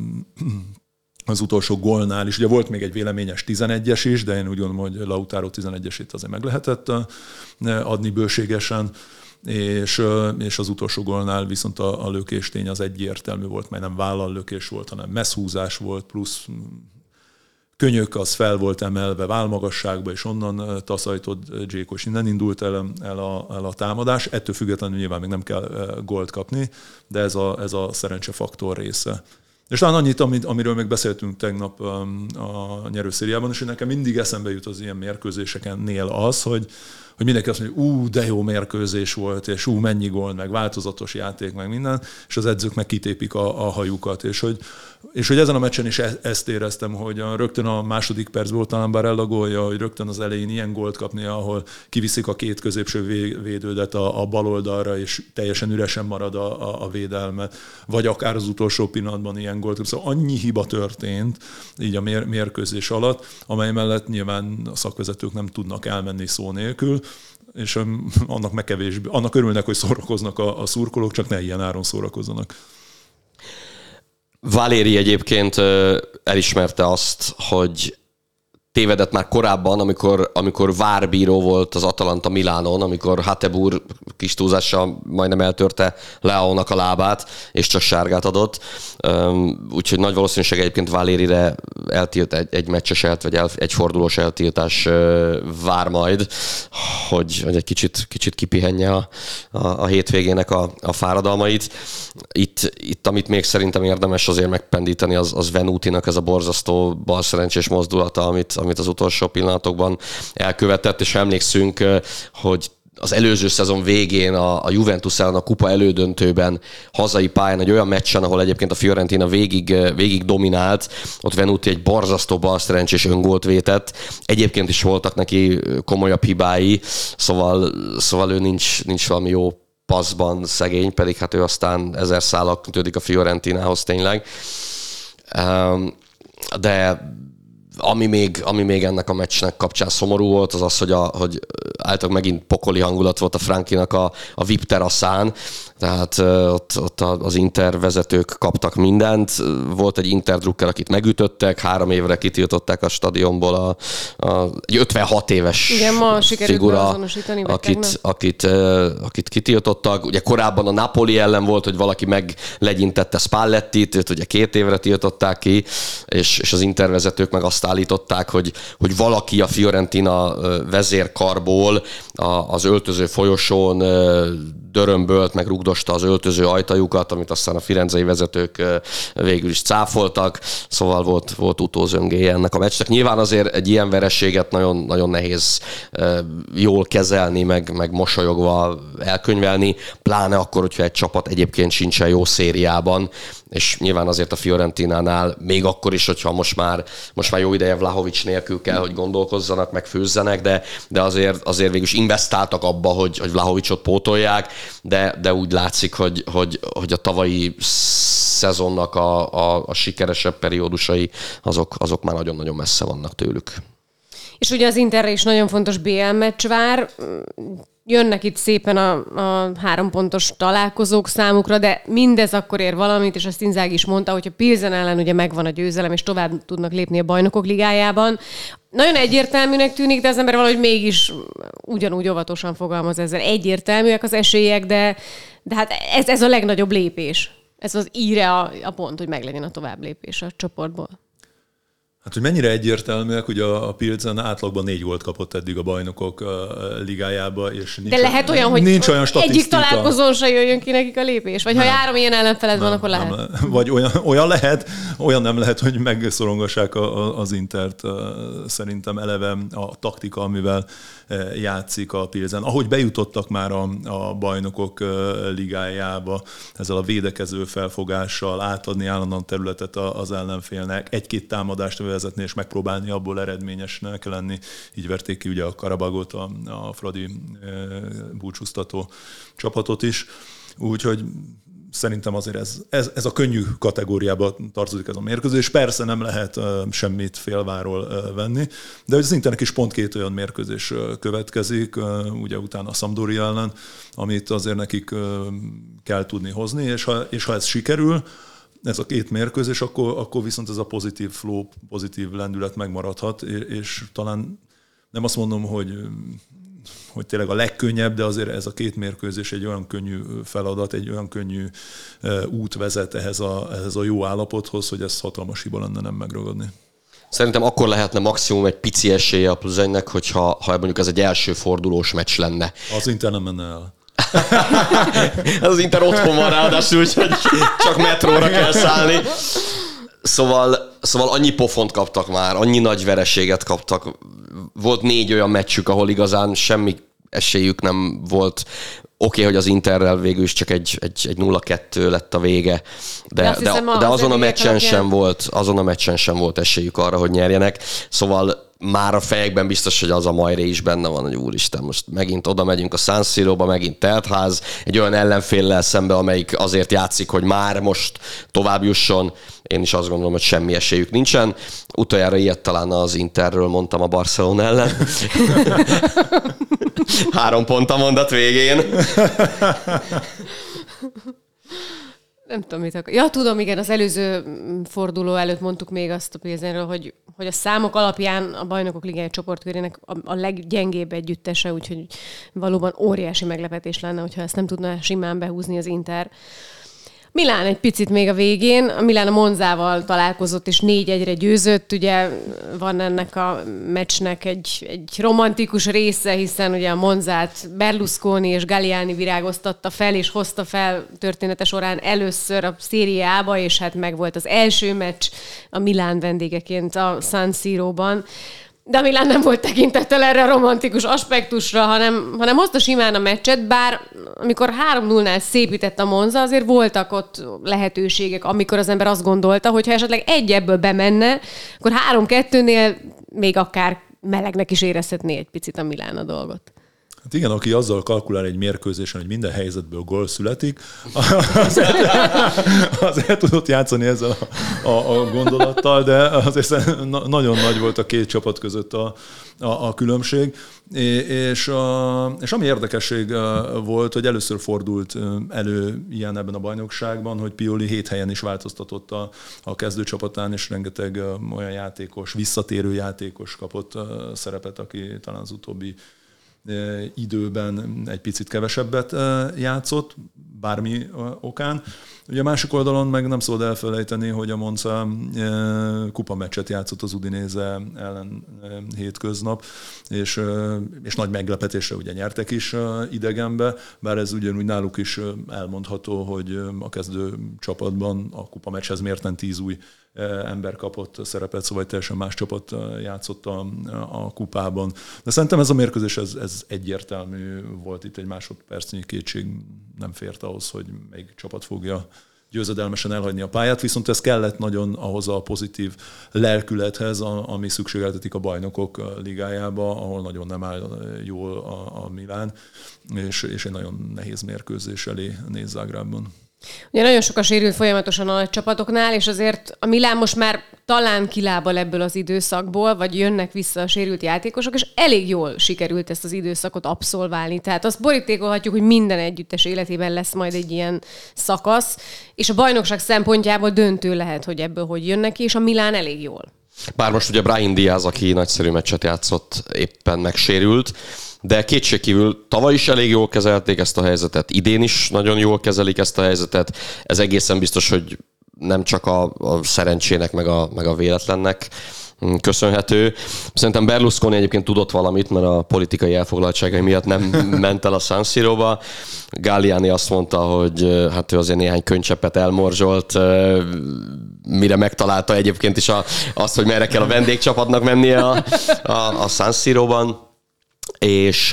az utolsó gólnál is, ugye volt még egy véleményes 11-es is, de én úgy gondolom, hogy Lautaro 11-esét azért meg lehetett adni bőségesen, és az utolsó gólnál viszont a lökéstény az egyértelmű volt, mert nem vállallökés volt, hanem messzhúzás volt, plusz könyök az fel volt emelve válmagasságba, és onnan taszajtott Dzeko, és innen indult el a támadás. Ettől függetlenül nyilván még nem kell gólt kapni, de ez a szerencsefaktor része. És talán annyit, amiről még beszéltünk tegnap a nyerőszériában, és hogy nekem mindig eszembe jut az ilyen mérkőzésekennél az, hogy mindenki azt mondja, de jó mérkőzés volt, és mennyi gól, meg változatos játék, meg minden, és az edzők meg kitépik a hajukat. És hogy ezen a meccsen is ezt éreztem, hogy rögtön a második percből talán Barella gólja, hogy rögtön az elején ilyen gólt kapni, ahol kiviszik a két középső védődet a bal oldalra, és teljesen üresen marad a védelmet, vagy akár az utolsó pillanatban ilyen gólt. Szóval annyi hiba történt így a mérkőzés alatt, amely mellett nyilván a szakvezetők nem tudnak elmenni szó nélkül, és annak örülnek, hogy szórakoznak a szurkolók, csak ne ilyen áron szórakozzanak. Valéri egyébként elismerte azt, hogy tévedett már korábban, amikor várbíró volt az Atalanta Milánon, amikor Hateboer kis túlzással majdnem eltörte Leaónak a lábát, és csak sárgát adott. Úgyhogy nagy valószínűség egyébként Valérire eltilt egy meccses vagy egy fordulós eltiltás vár majd, hogy egy kicsit kipihenje a hétvégének a fáradalmait. Itt, amit még szerintem érdemes azért megpendíteni, az Venutinak ez a borzasztó balszerencsés mozdulata, amit az utolsó pillanatokban elkövetett, és emlékszünk, hogy az előző szezon végén a Juventus ellen a kupa elődöntőben hazai pályán egy olyan meccsen, ahol egyébként a Fiorentina végig dominált, ott Venuti egy borzasztó balszerencsés öngólt vétett. Egyébként is voltak neki komolyabb hibái, szóval ő nincs valami jó passzban szegény, pedig hát ő aztán 1000 szállal kötődik a Fiorentinához tényleg. De ami még ennek a meccsnek kapcsán szomorú volt, az, hogy általában megint pokoli hangulat volt a Frankinak a VIP teraszán, tehát ott az Inter vezetők kaptak mindent. Volt egy Inter drukker, akit megütöttek, 3 évre kitiltották a stadionból egy 56 éves figura, akit kitiltottak. Ugye korábban a Napoli ellen volt, hogy valaki meglegyintette Spallettit, őt ugye 2 évre tiltották ki, és az Inter vezetők meg azt állították, hogy valaki a Fiorentina vezérkarból az öltöző folyosón dörömbölt, meg rugdosta az öltöző ajtajukat, amit aztán a firenzei vezetők végül is cáfoltak, szóval volt utózöngéje ennek a meccsnek. Nyilván azért egy ilyen vereséget nagyon, nagyon nehéz jól kezelni, meg mosolyogva elkönyvelni, pláne akkor, hogyha egy csapat egyébként sincsen jó szériában, és nyilván azért a Fiorentinánál, még akkor is, hogyha most már jó ideje Vlahovic nélkül kell, hogy gondolkozzanak, meg főzzenek, de azért végül is investáltak abba, hogy Vlahovicot pótolják, de úgy látszik, hogy a tavalyi szezonnak a sikeresebb periódusai, azok már nagyon-nagyon messze vannak tőlük. És ugye az Interre is nagyon fontos BL meccs vár. Jönnek itt szépen a 3 pontos találkozók számukra, de mindez akkor ér valamit, és azt Inzaghi is mondta, hogy a Pilsen ellen ugye megvan a győzelem, és tovább tudnak lépni a Bajnokok Ligájában. Nagyon egyértelműnek tűnik, de az ember valahogy mégis ugyanúgy óvatosan fogalmaz ezzel. Egyértelműek az esélyek, de hát ez a legnagyobb lépés. Ez az íre a pont, hogy meglegyen a tovább lépés a csoportból. Hát, hogy mennyire egyértelműek, ugye a Pilsen átlagban 4 gólt kapott eddig a Bajnokok Ligájába, és de lehet olyan, hogy nincs olyan statisztika. Egyik találkozón se jöjjön ki nekik a lépés? Vagy nem, ha 3 ilyen ellenfeled van, akkor lehet? Nem, vagy olyan lehet, olyan nem lehet, hogy megszorongassák az Intert. Szerintem eleve a taktika, amivel játszik a Pilsen. Ahogy bejutottak már a Bajnokok Ligájába, ezzel a védekező felfogással, átadni állandóan területet az ellenfélnek, 1-2 támadást vezetni és megpróbálni abból eredményesnek lenni. Így verték ki ugye a Karabagot, a Fradi búcsúztató csapatot is. Úgyhogy szerintem azért ez a könnyű kategóriába tartozik ez a mérkőzés. Persze nem lehet semmit félváról venni, de az Internek is pont 2 olyan mérkőzés következik, ugye utána a Sampdoria ellen, amit azért nekik kell tudni hozni, és ha ez sikerül, ez a 2 mérkőzés, akkor viszont ez a pozitív flow, pozitív lendület megmaradhat, és talán nem azt mondom, hogy tényleg a legkönnyebb, de azért ez a 2 mérkőzés egy olyan könnyű feladat, egy olyan könnyű út vezet ehhez a jó állapothoz, hogy ez hatalmas hiba lenne nem megragadni. Szerintem akkor lehetne maximum egy pici esélye a Plzennek, hogyha mondjuk ez egy első fordulós meccs lenne. Az Inter nem menne el. Az Inter otthon van ráadásul, úgyhogy csak metróra kell szállni. Szóval annyi pofont kaptak már, annyi nagy vereséget kaptak. Volt 4 olyan meccsük, ahol igazán semmi esélyük nem volt. Oké, hogy az Interrel végül is csak egy 0-2 lett a vége, de azon a meccsen sem volt esélyük arra, hogy nyerjenek. Szóval már a fejekben biztos, hogy az a Majré is benne van, hogy úristen, most megint oda megyünk a San Siróba, megint teltház, egy olyan ellenféllel szembe, amelyik azért játszik, hogy már most tovább jusson. Én is azt gondolom, hogy semmi esélyük nincsen. Utoljára ilyet talán az Interről mondtam a Barcelona ellen. 3 pont a mondat végén. Nem tudom, mit akar. Ja, tudom, igen, az előző forduló előtt mondtuk még azt a Pilsenről, hogy a számok alapján a Bajnokok Ligája csoportkörének a leggyengébb együttese, úgyhogy valóban óriási meglepetés lenne, hogyha ezt nem tudna simán behúzni az Inter. Milán egy picit még a végén. A Milán a Monzával találkozott, és 4-1-re győzött. Ugye van ennek a meccsnek egy romantikus része, hiszen ugye a Monzát Berlusconi és Galliani virágoztatta fel, és hozta fel története során először a Serie A-ba, és hát meg volt az első meccs a Milán vendégeként a San Siróban. De a Milán nem volt tekintettel erre a romantikus aspektusra, hanem hozta simán a meccset, bár amikor 3-0-nál szépített a Monza, azért voltak ott lehetőségek, amikor az ember azt gondolta, hogy ha esetleg egy ebből bemenne, akkor 3-2-nél még akár melegnek is érezhetné egy picit a Milán a dolgot. Hát igen, aki azzal kalkulál egy mérkőzésen, hogy minden helyzetből gól születik, az el tudott játszani ezzel a gondolattal, de azért nagyon nagy volt a két csapat között a különbség. És ami érdekesség volt, hogy először fordult elő ilyen ebben a bajnokságban, hogy Pioli 7 helyen is változtatott a kezdőcsapatán, és rengeteg olyan játékos, visszatérő játékos kapott szerepet, aki talán az utóbbi időben egy picit kevesebbet játszott, bármi okán. Ugye a másik oldalon meg nem szabad elfelejteni, hogy a Monza kupameccset játszott az Udinese ellen hétköznap, és nagy meglepetésre ugye nyertek is idegenbe, bár ez ugyanúgy náluk is elmondható, hogy a kezdő csapatban a kupameccshez mérten 10 új ember kapott szerepet, szóval teljesen más csapat játszott a kupában. De szerintem ez a mérkőzés ez egyértelmű volt, itt egy másodpercnyi kétség nem fért ahhoz, hogy melyik csapat fogja győzedelmesen elhagyni a pályát, viszont ez kellett nagyon ahhoz a pozitív lelkülethez, ami szükségeltetik a Bajnokok Ligájába, ahol nagyon nem áll jól a Milán, és egy nagyon nehéz mérkőzés elé néz Zágrábban. Ugye nagyon sok a sérült folyamatosan a nagy csapatoknál, és azért a Milán most már talán kilábal ebből az időszakból, vagy jönnek vissza a sérült játékosok, és elég jól sikerült ezt az időszakot abszolválni. Tehát azt borítékolhatjuk, hogy minden együttes életében lesz majd egy ilyen szakasz, és a bajnokság szempontjából döntő lehet, hogy ebből hogy jönnek ki, és a Milán elég jól. Bár most ugye Brahim Diaz, aki nagyszerű meccset játszott, éppen megsérült, de kétségkívül tavaly is elég jól kezelték ezt a helyzetet, idén is nagyon jól kezelik ezt a helyzetet. Ez egészen biztos, hogy nem csak a szerencsének, meg a véletlennek köszönhető. Szerintem Berlusconi egyébként tudott valamit, mert a politikai elfoglaltságai miatt nem ment el a San Siróba. Galliani azt mondta, hogy hát ő azért néhány könycseppet elmorzsolt, mire megtalálta egyébként is azt, hogy merre kell a vendégcsapatnak mennie a San Siróban. És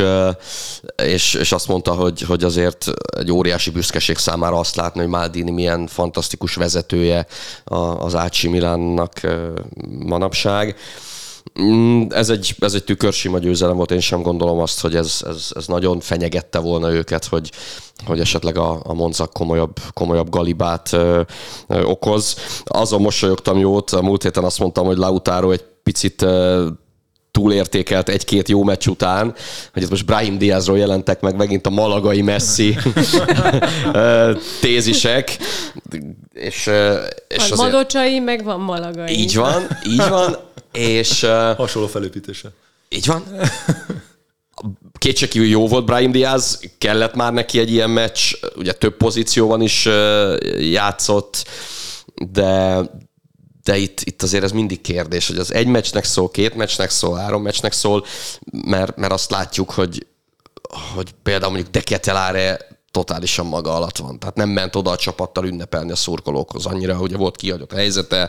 azt mondta, hogy azért egy óriási büszkeség számára azt látni, hogy Maldini milyen fantasztikus vezetője az AC Milánnak manapság. Ez egy tükörsima győzelem volt, én sem gondolom azt, hogy ez nagyon fenyegette volna őket, hogy esetleg a Monza komolyabb galibát okoz. Azon mosolyogtam jót, a múlt héten azt mondtam, hogy Lautaro egy picit túlértékelt egy-két jó meccs után, hogy itt most Brahim Diazról jelentek meg megint a malagai Messi tézisek. És van Madocsai, meg van malagai. Így van. És, hasonló felépítése. Így van. Kétségkívül jó volt Brahim Diaz, kellett már neki egy ilyen meccs, ugye több pozícióban is játszott, de itt azért ez mindig kérdés, hogy az egy meccsnek szól, 2 meccsnek szól, 3 meccsnek szól, mert azt látjuk, hogy például mondjuk De Ketelaere totálisan maga alatt van. Tehát nem ment oda a csapattal ünnepelni a szurkolókhoz annyira, ugye volt kiadott helyzete,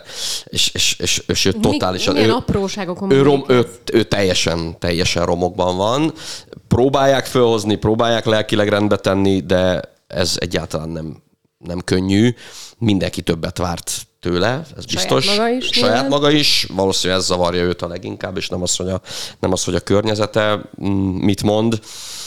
és ő totálisan... Milyen apróságokon ő teljesen romokban van. Próbálják fölhozni, próbálják lelkileg rendbe tenni, de ez egyáltalán nem könnyű. Mindenki többet várt tőle, ez biztos. Saját maga is. Valószínűleg ez zavarja őt a leginkább, és nem az, hogy a környezete mit mond.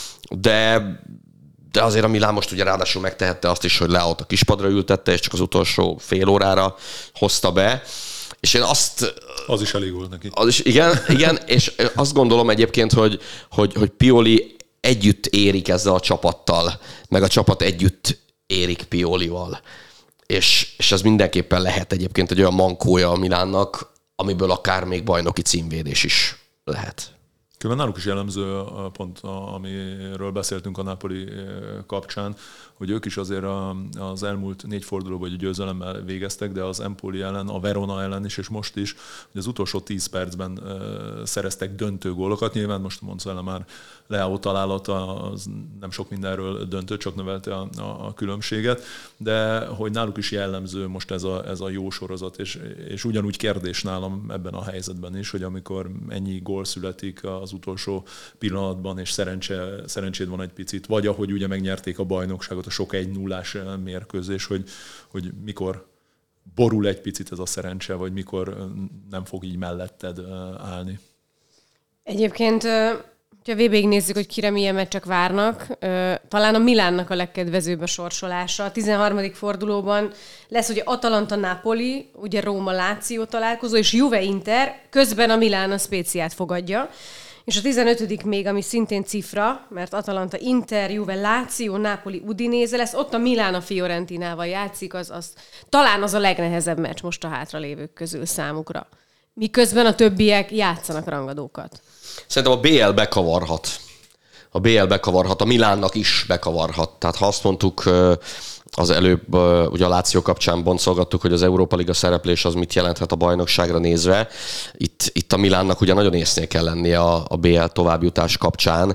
De azért a Milán most ugye ráadásul megtehette azt is, hogy Leót a kispadra ültette, és csak az utolsó fél órára hozta be. És én Az is elég volt neki. Igen, és azt gondolom egyébként, hogy Pioli együtt érik ezzel a csapattal, meg a csapat együtt érik Piolival. És ez mindenképpen lehet egyébként egy olyan mankója a Milánnak, amiből akár még bajnoki címvédés is lehet. Különben náluk is jellemző pont, amiről beszéltünk a Napoli kapcsán, hogy ők is azért az elmúlt 4 fordulóban egy győzelemmel végeztek, de az Empoli ellen, a Verona ellen is, és most is, hogy az utolsó 10 percben szereztek döntő gólokat. Nyilván most Monzella már Leao találata az nem sok mindenről döntött, csak növelte a különbséget, de hogy náluk is jellemző most ez a jó sorozat, és ugyanúgy kérdés nálam ebben a helyzetben is, hogy amikor ennyi gól születik az utolsó pillanatban, és szerencséd van egy picit, vagy ahogy ugye megnyerték a bajnokságot, a sok 1-0-ás mérkőzés, hogy mikor borul egy picit ez a szerencse, vagy mikor nem fog így melletted állni. Egyébként, ha végig nézzük, hogy kire milyen meccsek várnak, talán a Milánnak a legkedvezőbb a sorsolása. A 13. fordulóban lesz ugye Atalanta-Napoli, ugye Róma-Láció találkozó, és Juve-Inter, közben a Milán a Spéciát fogadja. És a 15. még, ami szintén cifra, mert Atalanta, Inter, Juve, Láció, Napoli, Udinese lesz, ott a Milán a Fiorentinával játszik, talán az a legnehezebb meccs most a hátralévők közül számukra. Miközben a többiek játszanak rangadókat. Szerintem a BL bekavarhat. A Milánnak is bekavarhat. Tehát ha azt mondtuk az előbb, ugye a Láció kapcsán boncolgattuk, hogy az Európa Liga szereplés az mit jelenthet a bajnokságra nézve. Itt a Milánnak ugye nagyon észnél kell lennie a BL továbbjutás kapcsán,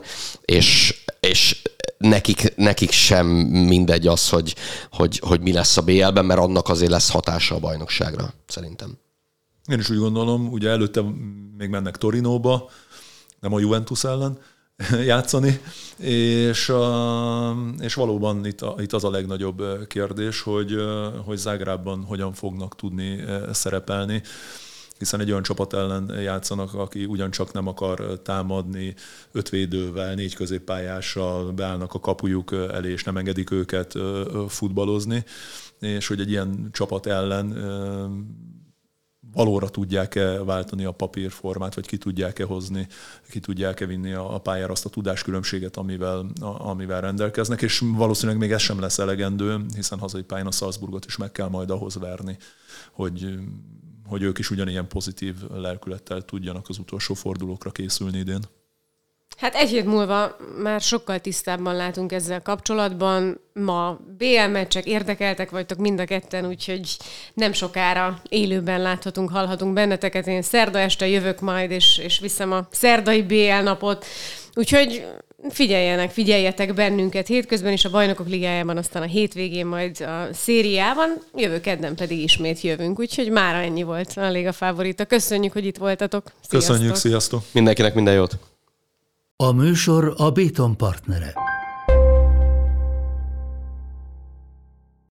és nekik sem mindegy az, hogy mi lesz a BL-ben, mert annak azért lesz hatása a bajnokságra, szerintem. Én is úgy gondolom, ugye előtte még mennek Torinóba, nem a Juventus ellen játszani, és valóban itt az a legnagyobb kérdés, hogy Zágrábban hogyan fognak tudni szerepelni, hiszen egy olyan csapat ellen játszanak, aki ugyancsak nem akar támadni, 5 védővel, 4 középpályással beállnak a kapujuk elé, és nem engedik őket futballozni, és hogy egy ilyen csapat ellen valóra tudják-e váltani a papírformát, vagy ki tudják-e hozni, ki tudják-e vinni a pályára azt a tudáskülönbséget, amivel rendelkeznek, és valószínűleg még ez sem lesz elegendő, hiszen hazai pályán a Salzburgot is meg kell majd ahhoz verni, hogy ők is ugyanilyen pozitív lelkülettel tudjanak az utolsó fordulókra készülni idén. Hát egy hét múlva már sokkal tisztábban látunk ezzel kapcsolatban. Ma BL meccsek, érdekeltek vagytok mind a ketten, úgyhogy nem sokára élőben láthatunk, hallhatunk benneteket. Én szerda este jövök majd, és viszem a szerdai BL napot. Úgyhogy figyeljetek bennünket hétközben is a Bajnokok Ligájában, aztán a hétvégén majd a szériában, jövő kedden pedig ismét jövünk. Úgyhogy mára ennyi volt a Liga Favorita. Köszönjük, hogy itt voltatok. Köszönjük, sziasztok! Mindenkinek minden jót! A műsor a Béton partnere.